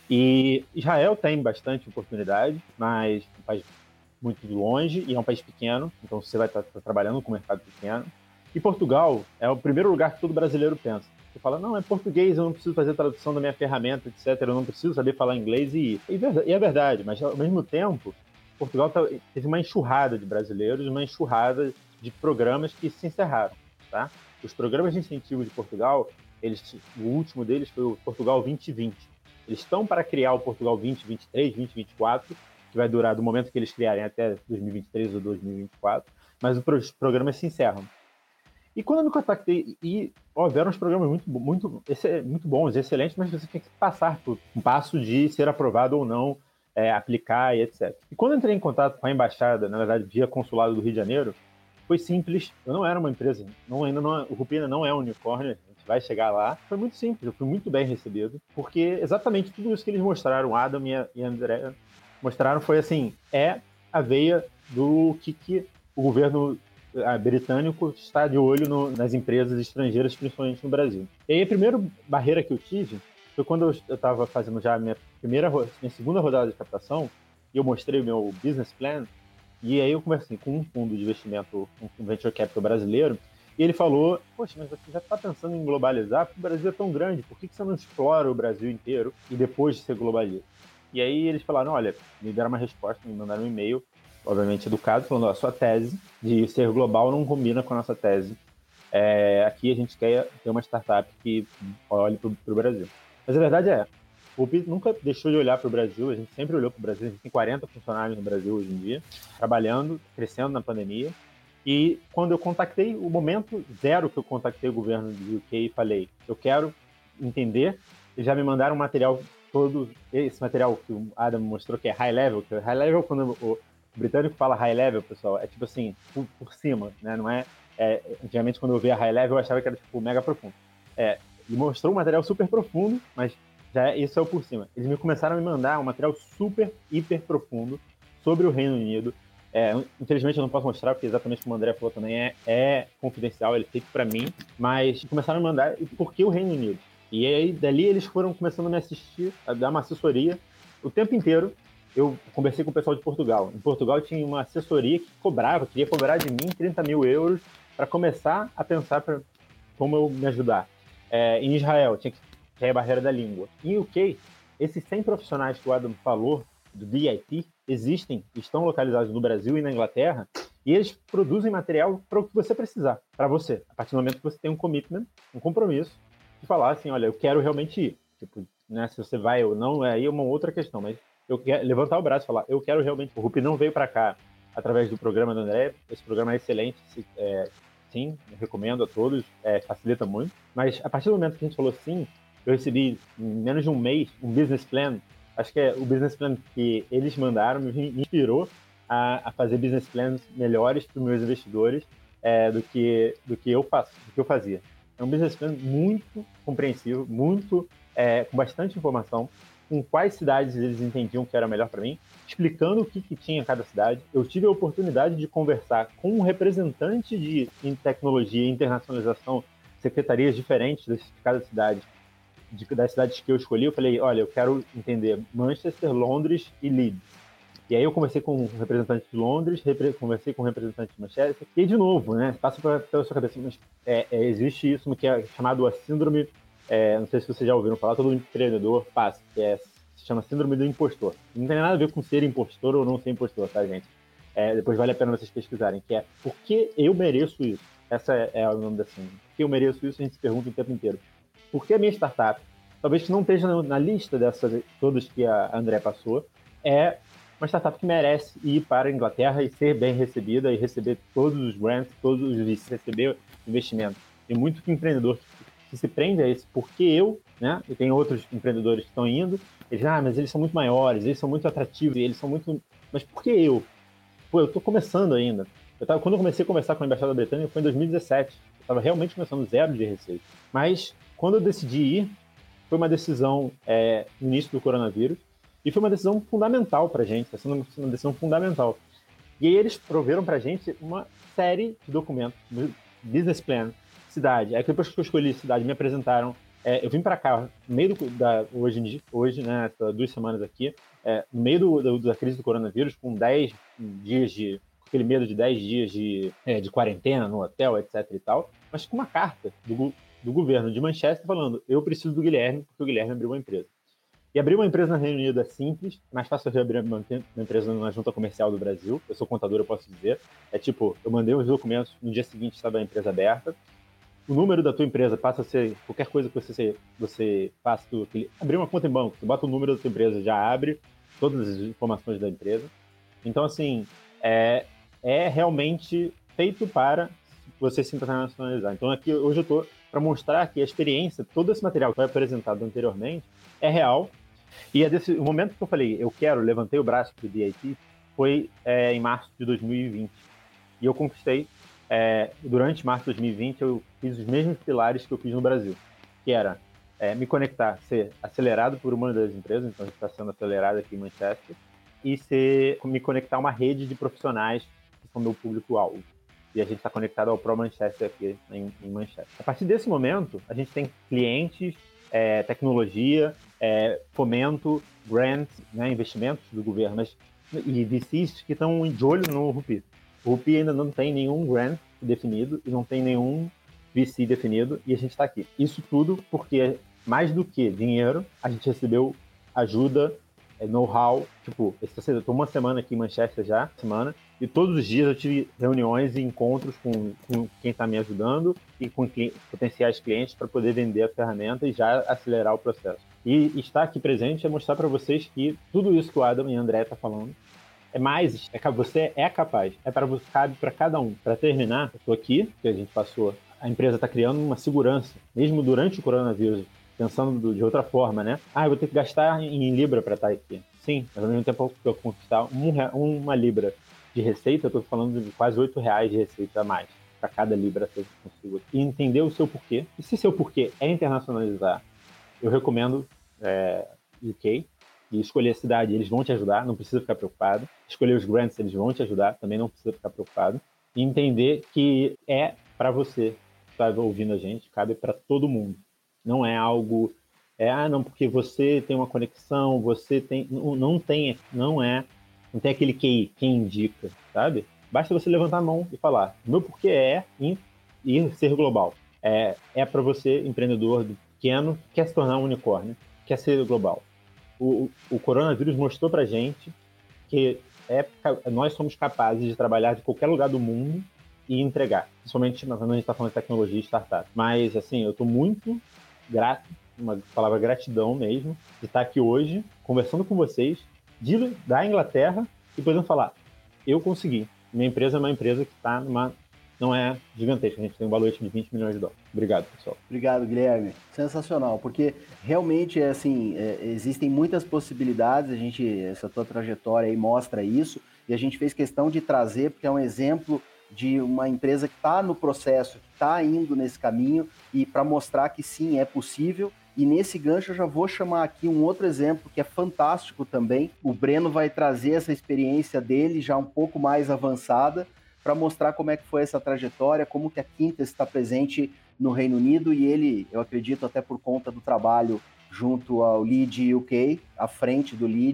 E Israel tem bastante oportunidade, mas é um país muito longe e é um país pequeno, então você vai estar trabalhando com um mercado pequeno. E Portugal é o primeiro lugar que todo brasileiro pensa. Você fala, não, é português, eu não preciso fazer tradução da minha ferramenta, etcétera. Eu não preciso saber falar inglês e, e é verdade, mas ao mesmo tempo, Portugal tá, teve uma enxurrada de brasileiros, uma enxurrada de programas que se encerraram, tá? Os programas de incentivo de Portugal, eles, o último deles foi o Portugal vinte vinte. Eles estão para criar o Portugal vinte vinte e três, vinte vinte e quatro, que vai durar do momento que eles criarem até dois mil e vinte e três ou dois mil e vinte e quatro, mas os programas se encerram. E quando eu me contactei, e óbvio, eram uns programas muito, muito, muito bons, excelentes, mas você tem que passar por um passo de ser aprovado ou não, é, aplicar e etcétera. E quando eu entrei em contato com a embaixada, na verdade, via consulado do Rio de Janeiro, foi simples. Eu não era uma empresa, não, ainda não, o Rupi não é um unicórnio, a gente vai chegar lá. Foi muito simples, eu fui muito bem recebido, porque exatamente tudo isso que eles mostraram, Adam e, a, e André mostraram, foi assim, é a veia do que, que o governo britânico está de olho no, nas empresas estrangeiras, principalmente no Brasil. E aí a primeira barreira que eu tive foi quando eu estava fazendo já a minha, primeira, minha segunda rodada de captação, e eu mostrei o meu business plan, e aí eu conversei com um fundo de investimento, um venture capital brasileiro, e ele falou, poxa, mas você já está pensando em globalizar? Porque o Brasil é tão grande, por que você não explora o Brasil inteiro e depois você globaliza? E aí eles falaram, olha, me deram uma resposta, me mandaram um e-mail, obviamente educado, falando, ó, a sua tese de ser global não combina com a nossa tese. É, aqui a gente quer ter uma startup que olhe para o Brasil. Mas a verdade é, o Rupi nunca deixou de olhar para o Brasil, a gente sempre olhou para o Brasil, a gente tem quarenta funcionários no Brasil hoje em dia, trabalhando, crescendo na pandemia. E quando eu contactei, o momento zero que eu contactei o governo do U K e falei, eu quero entender, eles já me mandaram um material todo, esse material que o Adam mostrou, que é high level, que é high level quando o O britânico fala high level, pessoal, é tipo assim, por, por cima, né? Não é, é... Antigamente, quando eu via high level, eu achava que era tipo mega profundo. É, e mostrou um material super profundo, mas já é, isso é o por cima. Eles me começaram a me mandar um material super, hiper profundo sobre o Reino Unido. É, infelizmente, eu não posso mostrar, porque exatamente como o André falou também, é, é confidencial, ele é feito para mim, mas começaram a me mandar por que o Reino Unido. E aí, dali, eles foram começando a me assistir, a dar uma assessoria o tempo inteiro. Eu conversei com o pessoal de Portugal. Em Portugal tinha uma assessoria que cobrava, queria cobrar de mim trinta mil euros para começar a pensar pra, como eu me ajudar. É, em Israel, tinha que ter a barreira da língua. Em U K, esses cem profissionais que o Adam falou, do D I T, existem, estão localizados no Brasil e na Inglaterra, e eles produzem material para o que você precisar, para você. A partir do momento que você tem um commitment, um compromisso, de falar assim, olha, eu quero realmente ir. Tipo, né, se você vai ou não, aí é uma outra questão, mas eu quero levantar o braço e falar, eu quero realmente... O Rupi não veio para cá através do programa do André, esse programa é excelente, é, sim, eu recomendo a todos, é, facilita muito, mas a partir do momento que a gente falou sim, eu recebi, em menos de um mês, um business plan, acho que é o business plan que eles mandaram, me inspirou a, a fazer business plans melhores para os meus investidores é, do, que, do, que eu faço, do que eu fazia. É um business plan muito compreensivo, muito, é, com bastante informação, com quais cidades eles entendiam que era melhor para mim, explicando o que, que tinha em cada cidade. Eu tive a oportunidade de conversar com um representante de em tecnologia e internacionalização, secretarias diferentes de cada cidade, de, das cidades que eu escolhi. Eu falei, olha, eu quero entender Manchester, Londres e Leeds. E aí eu conversei com um representante de Londres, repre- conversei com um representante de Manchester, e de novo, né, passa pra, pela sua cabeça, mas é, é, existe isso que é chamado a síndrome, é, não sei se vocês já ouviram falar, todo empreendedor passa, que é, se chama síndrome do impostor. Não tem nada a ver com ser impostor ou não ser impostor, tá, gente? É, depois vale a pena vocês pesquisarem, que é por que eu mereço isso? Essa é, é o nome da síndrome. Por que eu mereço isso? A gente se pergunta o tempo inteiro. Por que a minha startup, talvez que não esteja na, na lista dessas todas que a André passou, é uma startup que merece ir para a Inglaterra e ser bem recebida e receber todos os grants, todos os V Cs, receber investimento. Tem muito empreendedor que, que se prende a esse, porque eu, né? E tem outros empreendedores que estão indo, eles, ah, mas eles são muito maiores, eles são muito atrativos, eles são muito... Mas por que eu? Pô, eu estou começando ainda. Eu tava, quando eu comecei a conversar com a Embaixada Britânica foi em dois mil e dezessete. Eu estava realmente começando zero de receita. Mas quando eu decidi ir, foi uma decisão é, no início do coronavírus, e foi uma decisão fundamental para a gente, está sendo uma decisão fundamental. E aí eles proveram para a gente uma série de documentos, business plan, cidade. Aí depois que eu escolhi cidade, me apresentaram. É, eu vim para cá, no meio do, da, hoje, hoje, né, duas semanas aqui, é, no meio do, do, da crise do coronavírus, com dez dias de, aquele medo de dez dias de, é, de quarentena no hotel, etc e tal, mas com uma carta do, do governo de Manchester falando, eu preciso do Guilherme, porque o Guilherme abriu uma empresa. E abrir uma empresa no Reino Unido é simples, mais fácil eu abrir uma empresa numa junta comercial do Brasil, eu sou contador, eu posso dizer. É tipo, eu mandei os documentos, no dia seguinte estava a empresa aberta, o número da tua empresa passa a ser, qualquer coisa que você, você faça, tu, abrir uma conta em banco, tu bota o número da tua empresa, já abre todas as informações da empresa. Então, assim, é, é realmente feito para você se internacionalizar. Então, aqui, hoje eu estou para mostrar que a experiência, todo esse material que foi apresentado anteriormente, é real. E é desse, o momento que eu falei, eu quero, levantei o braço para o D I T, foi é, em março de dois mil e vinte. E eu conquistei, é, durante março de dois mil e vinte, eu fiz os mesmos pilares que eu fiz no Brasil, que era é, me conectar, ser acelerado por uma das empresas, então a gente está sendo acelerado aqui em Manchester, e ser, me conectar a uma rede de profissionais que são meu público-alvo. E a gente está conectado ao Pro Manchester aqui em, em Manchester. A partir desse momento, a gente tem clientes, é, tecnologia, é, fomento, grants, né, investimentos do governo, mas, e V Cs que estão de olho no Rupi. O Rupi ainda não tem nenhum grant definido e não tem nenhum V C definido e a gente está aqui. Isso tudo porque, mais do que dinheiro, a gente recebeu ajuda, é, know-how. Tipo, eu estou uma semana aqui em Manchester já, semana, e todos os dias eu tive reuniões e encontros com, com quem está me ajudando e com cli- potenciais clientes para poder vender a ferramenta e já acelerar o processo. E estar aqui presente é mostrar para vocês que tudo isso que o Adam e a André estão tá falando é mais, é, você é capaz, é para você, cabe para cada um. Para terminar, eu estou aqui, que a gente passou, a empresa está criando uma segurança, mesmo durante o coronavírus, pensando de outra forma, né? Ah, eu vou ter que gastar em Libra para estar aqui. Sim, mas ao mesmo tempo que eu conquistar um, uma Libra de receita, eu estou falando de quase oito reais de receita a mais para cada Libra que eu consigo. E entender o seu porquê. E se seu porquê é internacionalizar, eu recomendo é, U K e escolher a cidade, eles vão te ajudar, não precisa ficar preocupado. Escolher os grants, eles vão te ajudar, também não precisa ficar preocupado. E entender que é para você que está ouvindo a gente, cabe para todo mundo. Não é algo, é, ah, não, porque você tem uma conexão, você tem, não, não tem, não é, não tem aquele Q I, quem indica, sabe? Basta você levantar a mão e falar, meu porquê é ir, ir ser global. É, é para você, empreendedor pequeno, que quer se tornar um unicórnio, quer ser global. O, o, o coronavírus mostrou pra gente que é, nós somos capazes de trabalhar de qualquer lugar do mundo e entregar, principalmente quando a gente está falando de tecnologia e startup. Mas, assim, eu estou muito grato, uma palavra gratidão mesmo, de estar aqui hoje, conversando com vocês, de, da Inglaterra, e podendo falar, eu consegui. Minha empresa é uma empresa que está numa... não é gigantesca, a gente tem um valor de vinte milhões de dólares. Obrigado, pessoal.
Obrigado, Guilherme. Sensacional, porque realmente, assim, é, existem muitas possibilidades, a gente, essa tua trajetória aí mostra isso, e a gente fez questão de trazer, porque é um exemplo de uma empresa que está no processo, que está indo nesse caminho, e para mostrar que sim, é possível. E nesse gancho eu já vou chamar aqui um outro exemplo que é fantástico também. O Breno vai trazer essa experiência dele já um pouco mais avançada para mostrar como é que foi essa trajetória, como que a Quintas está presente no Reino Unido, e ele, eu acredito até por conta do trabalho junto ao Lead U K, à frente do Lead,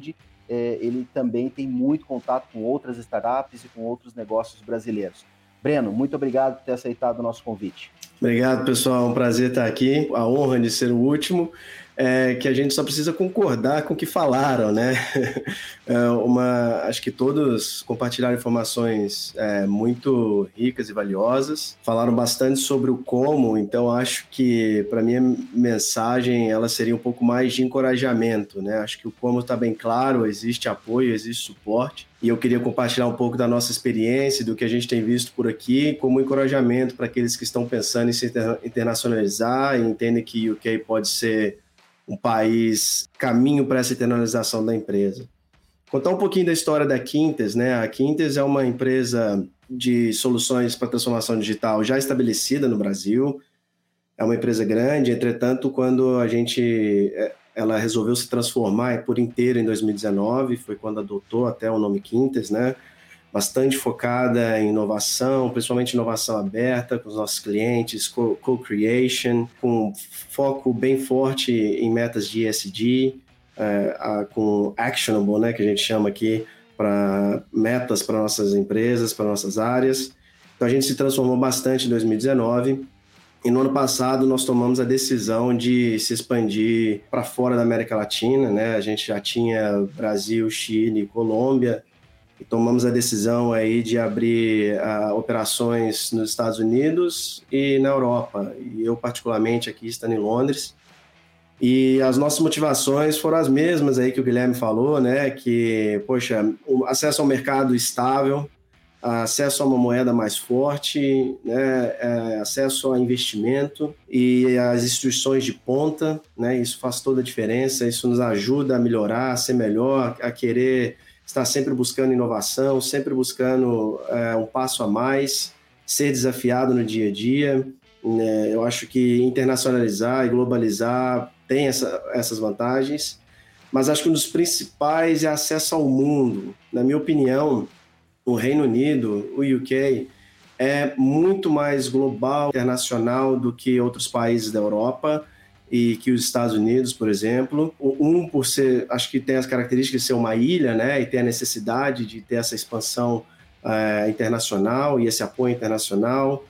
é, ele também tem muito contato com outras startups e com outros negócios brasileiros. Breno, muito obrigado por ter aceitado o nosso convite.
Obrigado, pessoal. É um prazer estar aqui. A honra de ser o último. É que a gente só precisa concordar com o que falaram, né? É uma, acho que todos compartilharam informações é, muito ricas e valiosas. Falaram bastante sobre o como, então acho que, para mim, a mensagem ela seria um pouco mais de encorajamento, né? Acho que o como está bem claro, existe apoio, existe suporte. E eu queria compartilhar um pouco da nossa experiência, do que a gente tem visto por aqui, como encorajamento para aqueles que estão pensando em se internacionalizar e entendem que o U K pode ser um país caminho para essa internalização da empresa. Contar um pouquinho da história da Quintes, né? A Quintes é uma empresa de soluções para transformação digital já estabelecida no Brasil. É uma empresa grande, entretanto, quando a gente, ela resolveu se transformar por inteiro em dois mil e dezenove, foi quando adotou até o nome Quintes, né? Bastante focada em inovação, principalmente inovação aberta com os nossos clientes, co-creation, com foco bem forte em metas de E S G, é, com actionable, né, que a gente chama aqui, para metas para nossas empresas, para nossas áreas. Então a gente se transformou bastante em dois mil e dezenove e no ano passado nós tomamos a decisão de se expandir para fora da América Latina, né? A gente já tinha Brasil, Chile, Colômbia, e tomamos a decisão aí de abrir uh, operações nos Estados Unidos e na Europa. E eu, particularmente, aqui estando em Londres. E as nossas motivações foram as mesmas aí que o Guilherme falou, né? Que, poxa, o acesso ao mercado estável, acesso a uma moeda mais forte, né? É, acesso a investimento e as instituições de ponta, né? Isso faz toda a diferença, isso nos ajuda a melhorar, a ser melhor, a querer estar sempre buscando inovação, sempre buscando é, um passo a mais, ser desafiado no dia a dia. Né? Eu acho que internacionalizar e globalizar tem essa, essas vantagens, mas acho que um dos principais é acesso ao mundo. Na minha opinião, o Reino Unido, o U K, é muito mais global, internacional do que outros países da Europa, e que os Estados Unidos, por exemplo. Um, por ser, acho que tem as características de ser uma ilha, né, e ter a necessidade de ter essa expansão uh, internacional e esse apoio internacional,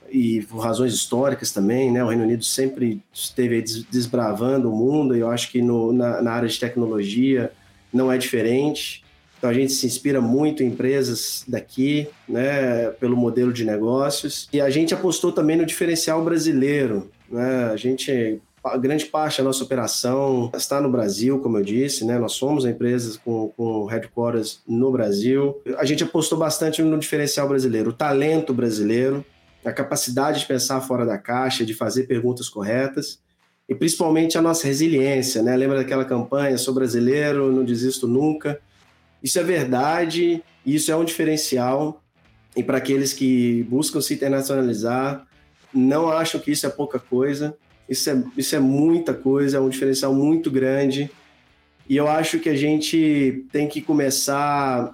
e por razões históricas também, né, o Reino Unido sempre esteve desbravando o mundo, e eu acho que no, na, na área de tecnologia não é diferente. Então a gente se inspira muito em empresas daqui, né, pelo modelo de negócios, e a gente apostou também no diferencial brasileiro, né, a gente... A grande parte da nossa operação está no Brasil, como eu disse, né? Nós somos empresas com, com headquarters no Brasil. A gente apostou bastante no diferencial brasileiro, o talento brasileiro, a capacidade de pensar fora da caixa, de fazer perguntas corretas e principalmente a nossa resiliência, né? Lembra daquela campanha, sou brasileiro, não desisto nunca? Isso é verdade, isso é um diferencial e para aqueles que buscam se internacionalizar, não acham que isso é pouca coisa. Isso é, isso é muita coisa, é um diferencial muito grande e eu acho que a gente tem que começar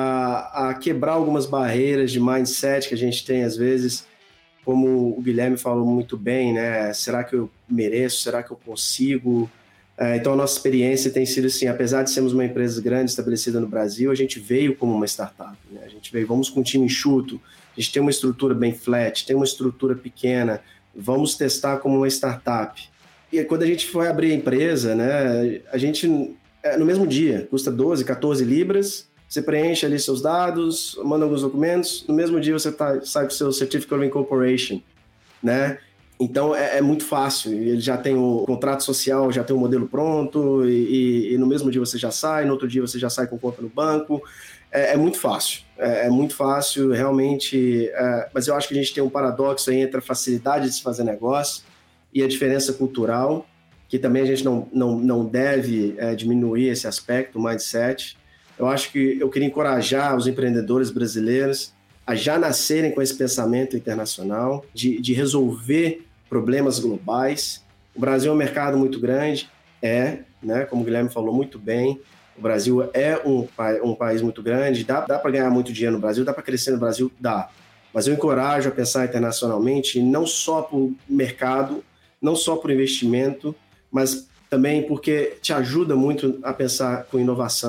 a, a quebrar algumas barreiras de mindset que a gente tem às vezes, como o Guilherme falou muito bem, né? Será que eu mereço? Será que eu consigo? É, então a nossa experiência tem sido assim, apesar de sermos uma empresa grande estabelecida no Brasil, a gente veio como uma startup, né? A gente veio, vamos com um time enxuto, a gente tem uma estrutura bem flat, tem uma estrutura pequena, vamos testar como uma startup. E quando a gente foi abrir a empresa, né, a gente, no mesmo dia, custa doze, quatorze libras, você preenche ali seus dados, manda alguns documentos, no mesmo dia você tá, sai com o seu Certificate of Incorporation, né? Então é, é muito fácil, ele já tem o contrato social, já tem o modelo pronto, e, e, e no mesmo dia você já sai, no outro dia você já sai com conta no banco, é, é muito fácil, é, é muito fácil realmente, é, mas eu acho que a gente tem um paradoxo aí entre a facilidade de se fazer negócio e a diferença cultural, que também a gente não, não, não deve é, diminuir esse aspecto, o mindset. Eu acho que eu queria encorajar os empreendedores brasileiros a já nascerem com esse pensamento internacional, de, de resolver problemas globais. O Brasil é um mercado muito grande, é, né, como o Guilherme falou muito bem, o Brasil é um, um país muito grande, dá, dá para ganhar muito dinheiro no Brasil, dá para crescer no Brasil, dá. Mas eu encorajo a pensar internacionalmente, não só por mercado, não só por investimento, mas também porque te ajuda muito a pensar com inovação.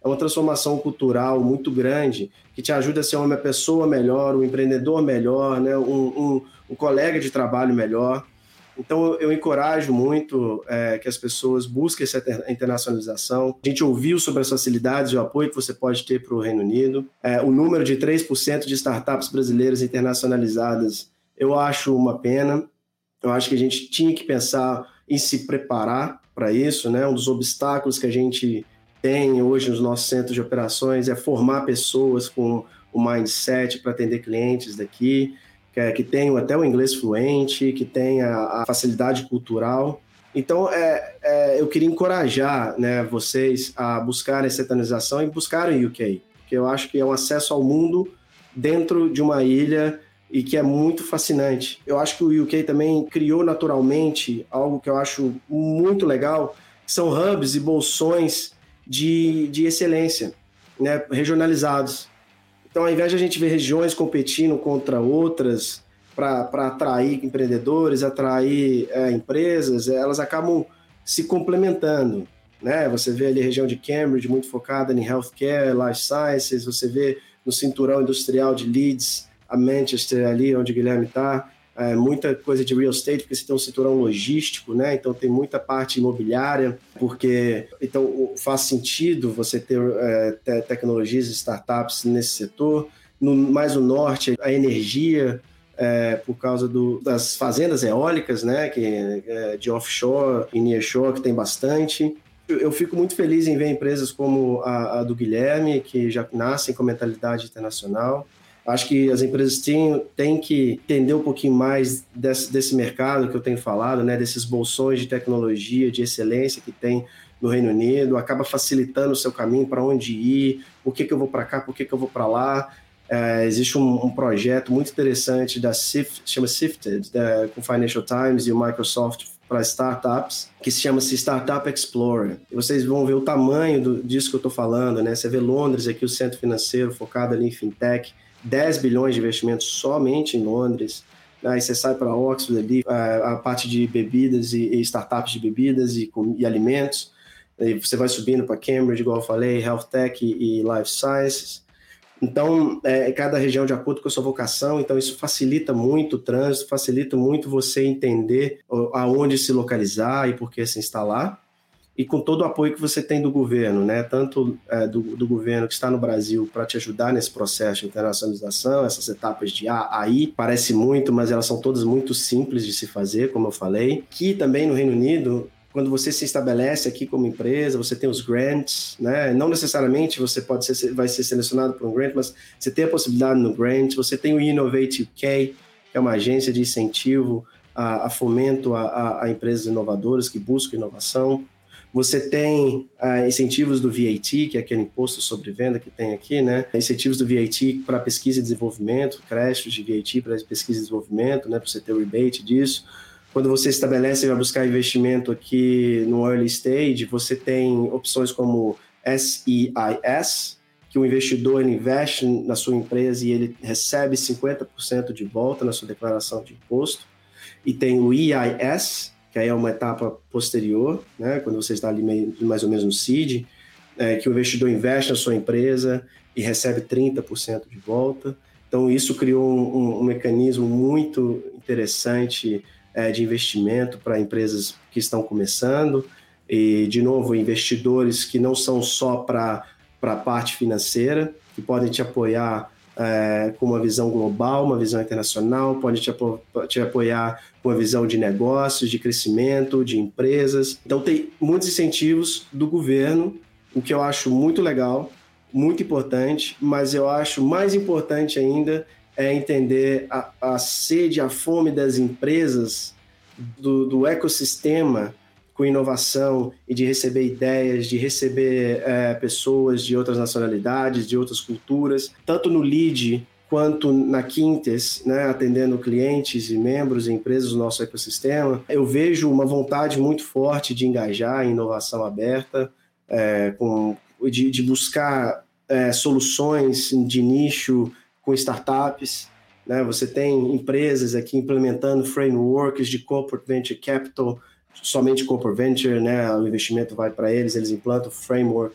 é uma transformação cultural muito grande que te ajuda a ser uma pessoa melhor, um empreendedor melhor, né? um, um, um colega de trabalho melhor. Então, eu encorajo muito é, que as pessoas busquem essa internacionalização. A gente ouviu sobre as facilidades e o apoio que você pode ter para o Reino Unido. É, o número de três por cento de startups brasileiras internacionalizadas, eu acho uma pena. Eu acho que a gente tinha que pensar em se preparar para isso, né? Um dos obstáculos que a gente tem hoje nos nossos centros de operações é formar pessoas com o mindset para atender clientes daqui, que, que tenham até o inglês fluente, que tenha a facilidade cultural. Então, é, é, eu queria encorajar, né, vocês a buscarem essa internalização e buscarem o U K, porque eu acho que é um acesso ao mundo dentro de uma ilha e que é muito fascinante. Eu acho que o U K também criou naturalmente algo que eu acho muito legal, que são hubs e bolsões de, de excelência, né, regionalizados. Então, ao invés de a gente ver regiões competindo contra outras para atrair empreendedores, atrair é, empresas, elas acabam se complementando, né? Você vê ali a região de Cambridge, muito focada em healthcare, life sciences, você vê no cinturão industrial de Leeds, a Manchester ali, onde o Guilherme está, é, muita coisa de real estate, porque você tem um cinturão logístico, né? Então tem muita parte imobiliária, porque então faz sentido você ter é, te- tecnologias e startups nesse setor. No, mais no norte, a energia, é, por causa do, das fazendas eólicas, né? Que, é, de offshore e nearshore, que tem bastante. Eu, eu fico muito feliz em ver empresas como a, a do Guilherme, que já nascem com mentalidade internacional. Acho que as empresas têm, têm que entender um pouquinho mais desse, desse mercado que eu tenho falado, né, desses bolsões de tecnologia, de excelência que tem no Reino Unido, acaba facilitando o seu caminho para onde ir, por que, que eu vou para cá, por que, que eu vou para lá. É, existe um, um projeto muito interessante da Sift, chama Sifted, da, com o Financial Times e o Microsoft para startups, que se chama-se Startup Explorer. E vocês vão ver o tamanho do, disso que eu estou falando, né? Você vê Londres aqui, o centro financeiro focado ali em fintech, dez bilhões de investimentos somente em Londres. Aí você sai para Oxford ali, a, a parte de bebidas e, e startups de bebidas e, e alimentos. Aí você vai subindo para Cambridge, igual eu falei, Health Tech e, e Life Sciences. Então, é, cada região de acordo com a sua vocação, então isso facilita muito o trânsito, facilita muito você entender aonde se localizar e por que se instalar. E com todo o apoio que você tem do governo, né? Tanto é, do, do governo que está no Brasil para te ajudar nesse processo de internacionalização, essas etapas de A a I, parece muito, mas elas são todas muito simples de se fazer, como eu falei. Que também no Reino Unido, quando você se estabelece aqui como empresa, você tem os grants, né? Não necessariamente você pode ser, vai ser selecionado por um grant, mas você tem a possibilidade no grant, você tem o Innovate U K, que é uma agência de incentivo a, a fomento a, a, a empresas inovadoras que buscam inovação. Você tem uh, incentivos do V A T, que é aquele imposto sobre venda que tem aqui, né? Incentivos do V A T para pesquisa e desenvolvimento, créditos de V A T para pesquisa e desenvolvimento, né? Para você ter o rebate disso. Quando você estabelece e vai buscar investimento aqui no early stage, você tem opções como S E I S, que o investidor ele investe na sua empresa e ele recebe cinquenta por cento de volta na sua declaração de imposto. E tem o E I S, que aí é uma etapa posterior, né, quando você está ali meio, mais ou menos no seed, é, que o investidor investe na sua empresa e recebe trinta por cento de volta. Então, isso criou um, um, um mecanismo muito interessante é, de investimento para empresas que estão começando. E, de novo, investidores que não são só para a parte financeira, que podem te apoiar É, com uma visão global, uma visão internacional, pode te, apo- te apoiar com uma visão de negócios, de crescimento, de empresas. Então tem muitos incentivos do governo, o que eu acho muito legal, muito importante, mas eu acho mais importante ainda é entender a, a sede, a fome das empresas, do, do ecossistema com inovação e de receber ideias, de receber é, pessoas de outras nacionalidades, de outras culturas, tanto no lead quanto na Quintes, né, atendendo clientes e membros e empresas do nosso ecossistema. Eu vejo uma vontade muito forte de engajar em inovação aberta, é, com, de, de buscar é, soluções de nicho com startups. Né? Você tem empresas aqui implementando frameworks de corporate venture capital, somente corporate venture, né? O investimento vai para eles, eles implantam o framework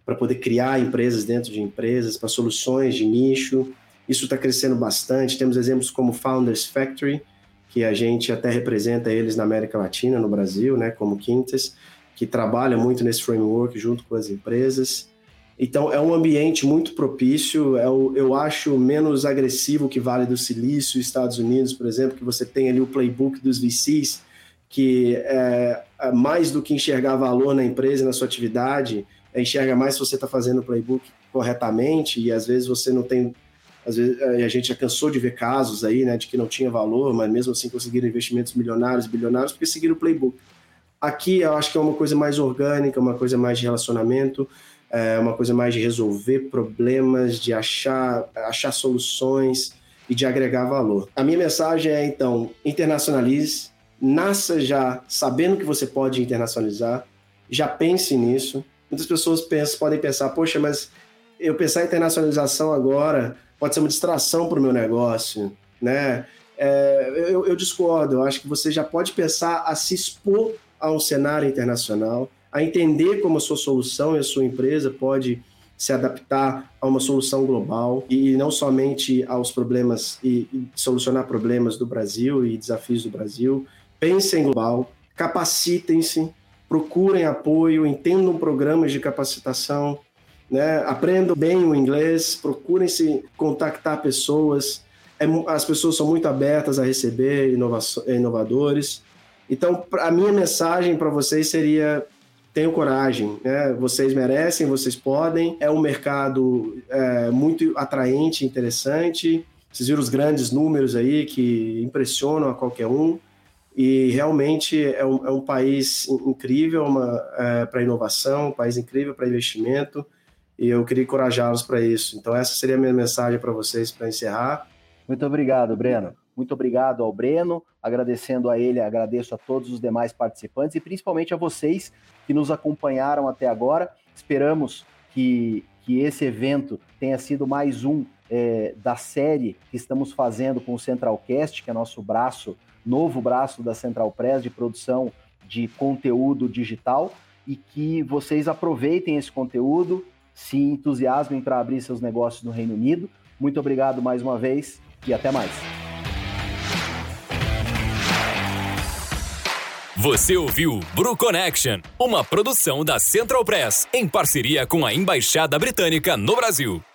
para poder criar empresas dentro de empresas, para soluções de nicho. Isso está crescendo bastante. Temos exemplos como Founders Factory, que a gente até representa eles na América Latina, no Brasil, né, como Quintas, que trabalha muito nesse framework junto com as empresas. Então, é um ambiente muito propício, é o, eu acho menos agressivo que Vale do Silício, Estados Unidos, por exemplo, que você tem ali o playbook dos V Cs, que é, é mais do que enxergar valor na empresa e na sua atividade, é enxerga mais se você está fazendo o playbook corretamente, e às vezes você não tem... Às vezes, a gente já cansou de ver casos aí, né, de que não tinha valor, mas mesmo assim conseguiram investimentos milionários, bilionários, porque seguiram o playbook. Aqui eu acho que é uma coisa mais orgânica, uma coisa mais de relacionamento, é uma coisa mais de resolver problemas, de achar, achar soluções e de agregar valor. A minha mensagem é, então, internacionalize, nasça já sabendo que você pode internacionalizar, já pense nisso. Muitas pessoas pensam, podem pensar, poxa, mas eu pensar em internacionalização agora pode ser uma distração para o meu negócio, né? É, eu, eu discordo, eu acho que você já pode pensar a se expor a um cenário internacional, a entender como a sua solução e a sua empresa pode se adaptar a uma solução global e não somente aos problemas e, e solucionar problemas do Brasil e desafios do Brasil. Pensem global, capacitem-se, procurem apoio, entendam programas de capacitação, né? Aprendam bem o inglês, procurem se contactar pessoas. É, as pessoas são muito abertas a receber inovadores. Então, a minha mensagem para vocês seria: tenham coragem, né? Vocês merecem, vocês podem. É um mercado é, muito atraente, interessante. Vocês viram os grandes números aí que impressionam a qualquer um. E realmente é um, é um país incrível é, para inovação, um país incrível para investimento. E eu queria encorajá-los para isso. Então, essa seria a minha mensagem para vocês para encerrar.
Muito obrigado, Breno. Muito obrigado ao Breno, agradecendo a ele, agradeço a todos os demais participantes e principalmente a vocês que nos acompanharam até agora. Esperamos que, que esse evento tenha sido mais um é, da série que estamos fazendo com o Centralcast, que é nosso braço, novo braço da Central Press de produção de conteúdo digital, e que vocês aproveitem esse conteúdo, se entusiasmem para abrir seus negócios no Reino Unido. Muito obrigado mais uma vez e até mais.
Você ouviu Brew Connection, uma produção da Central Press, em parceria com a Embaixada Britânica no Brasil.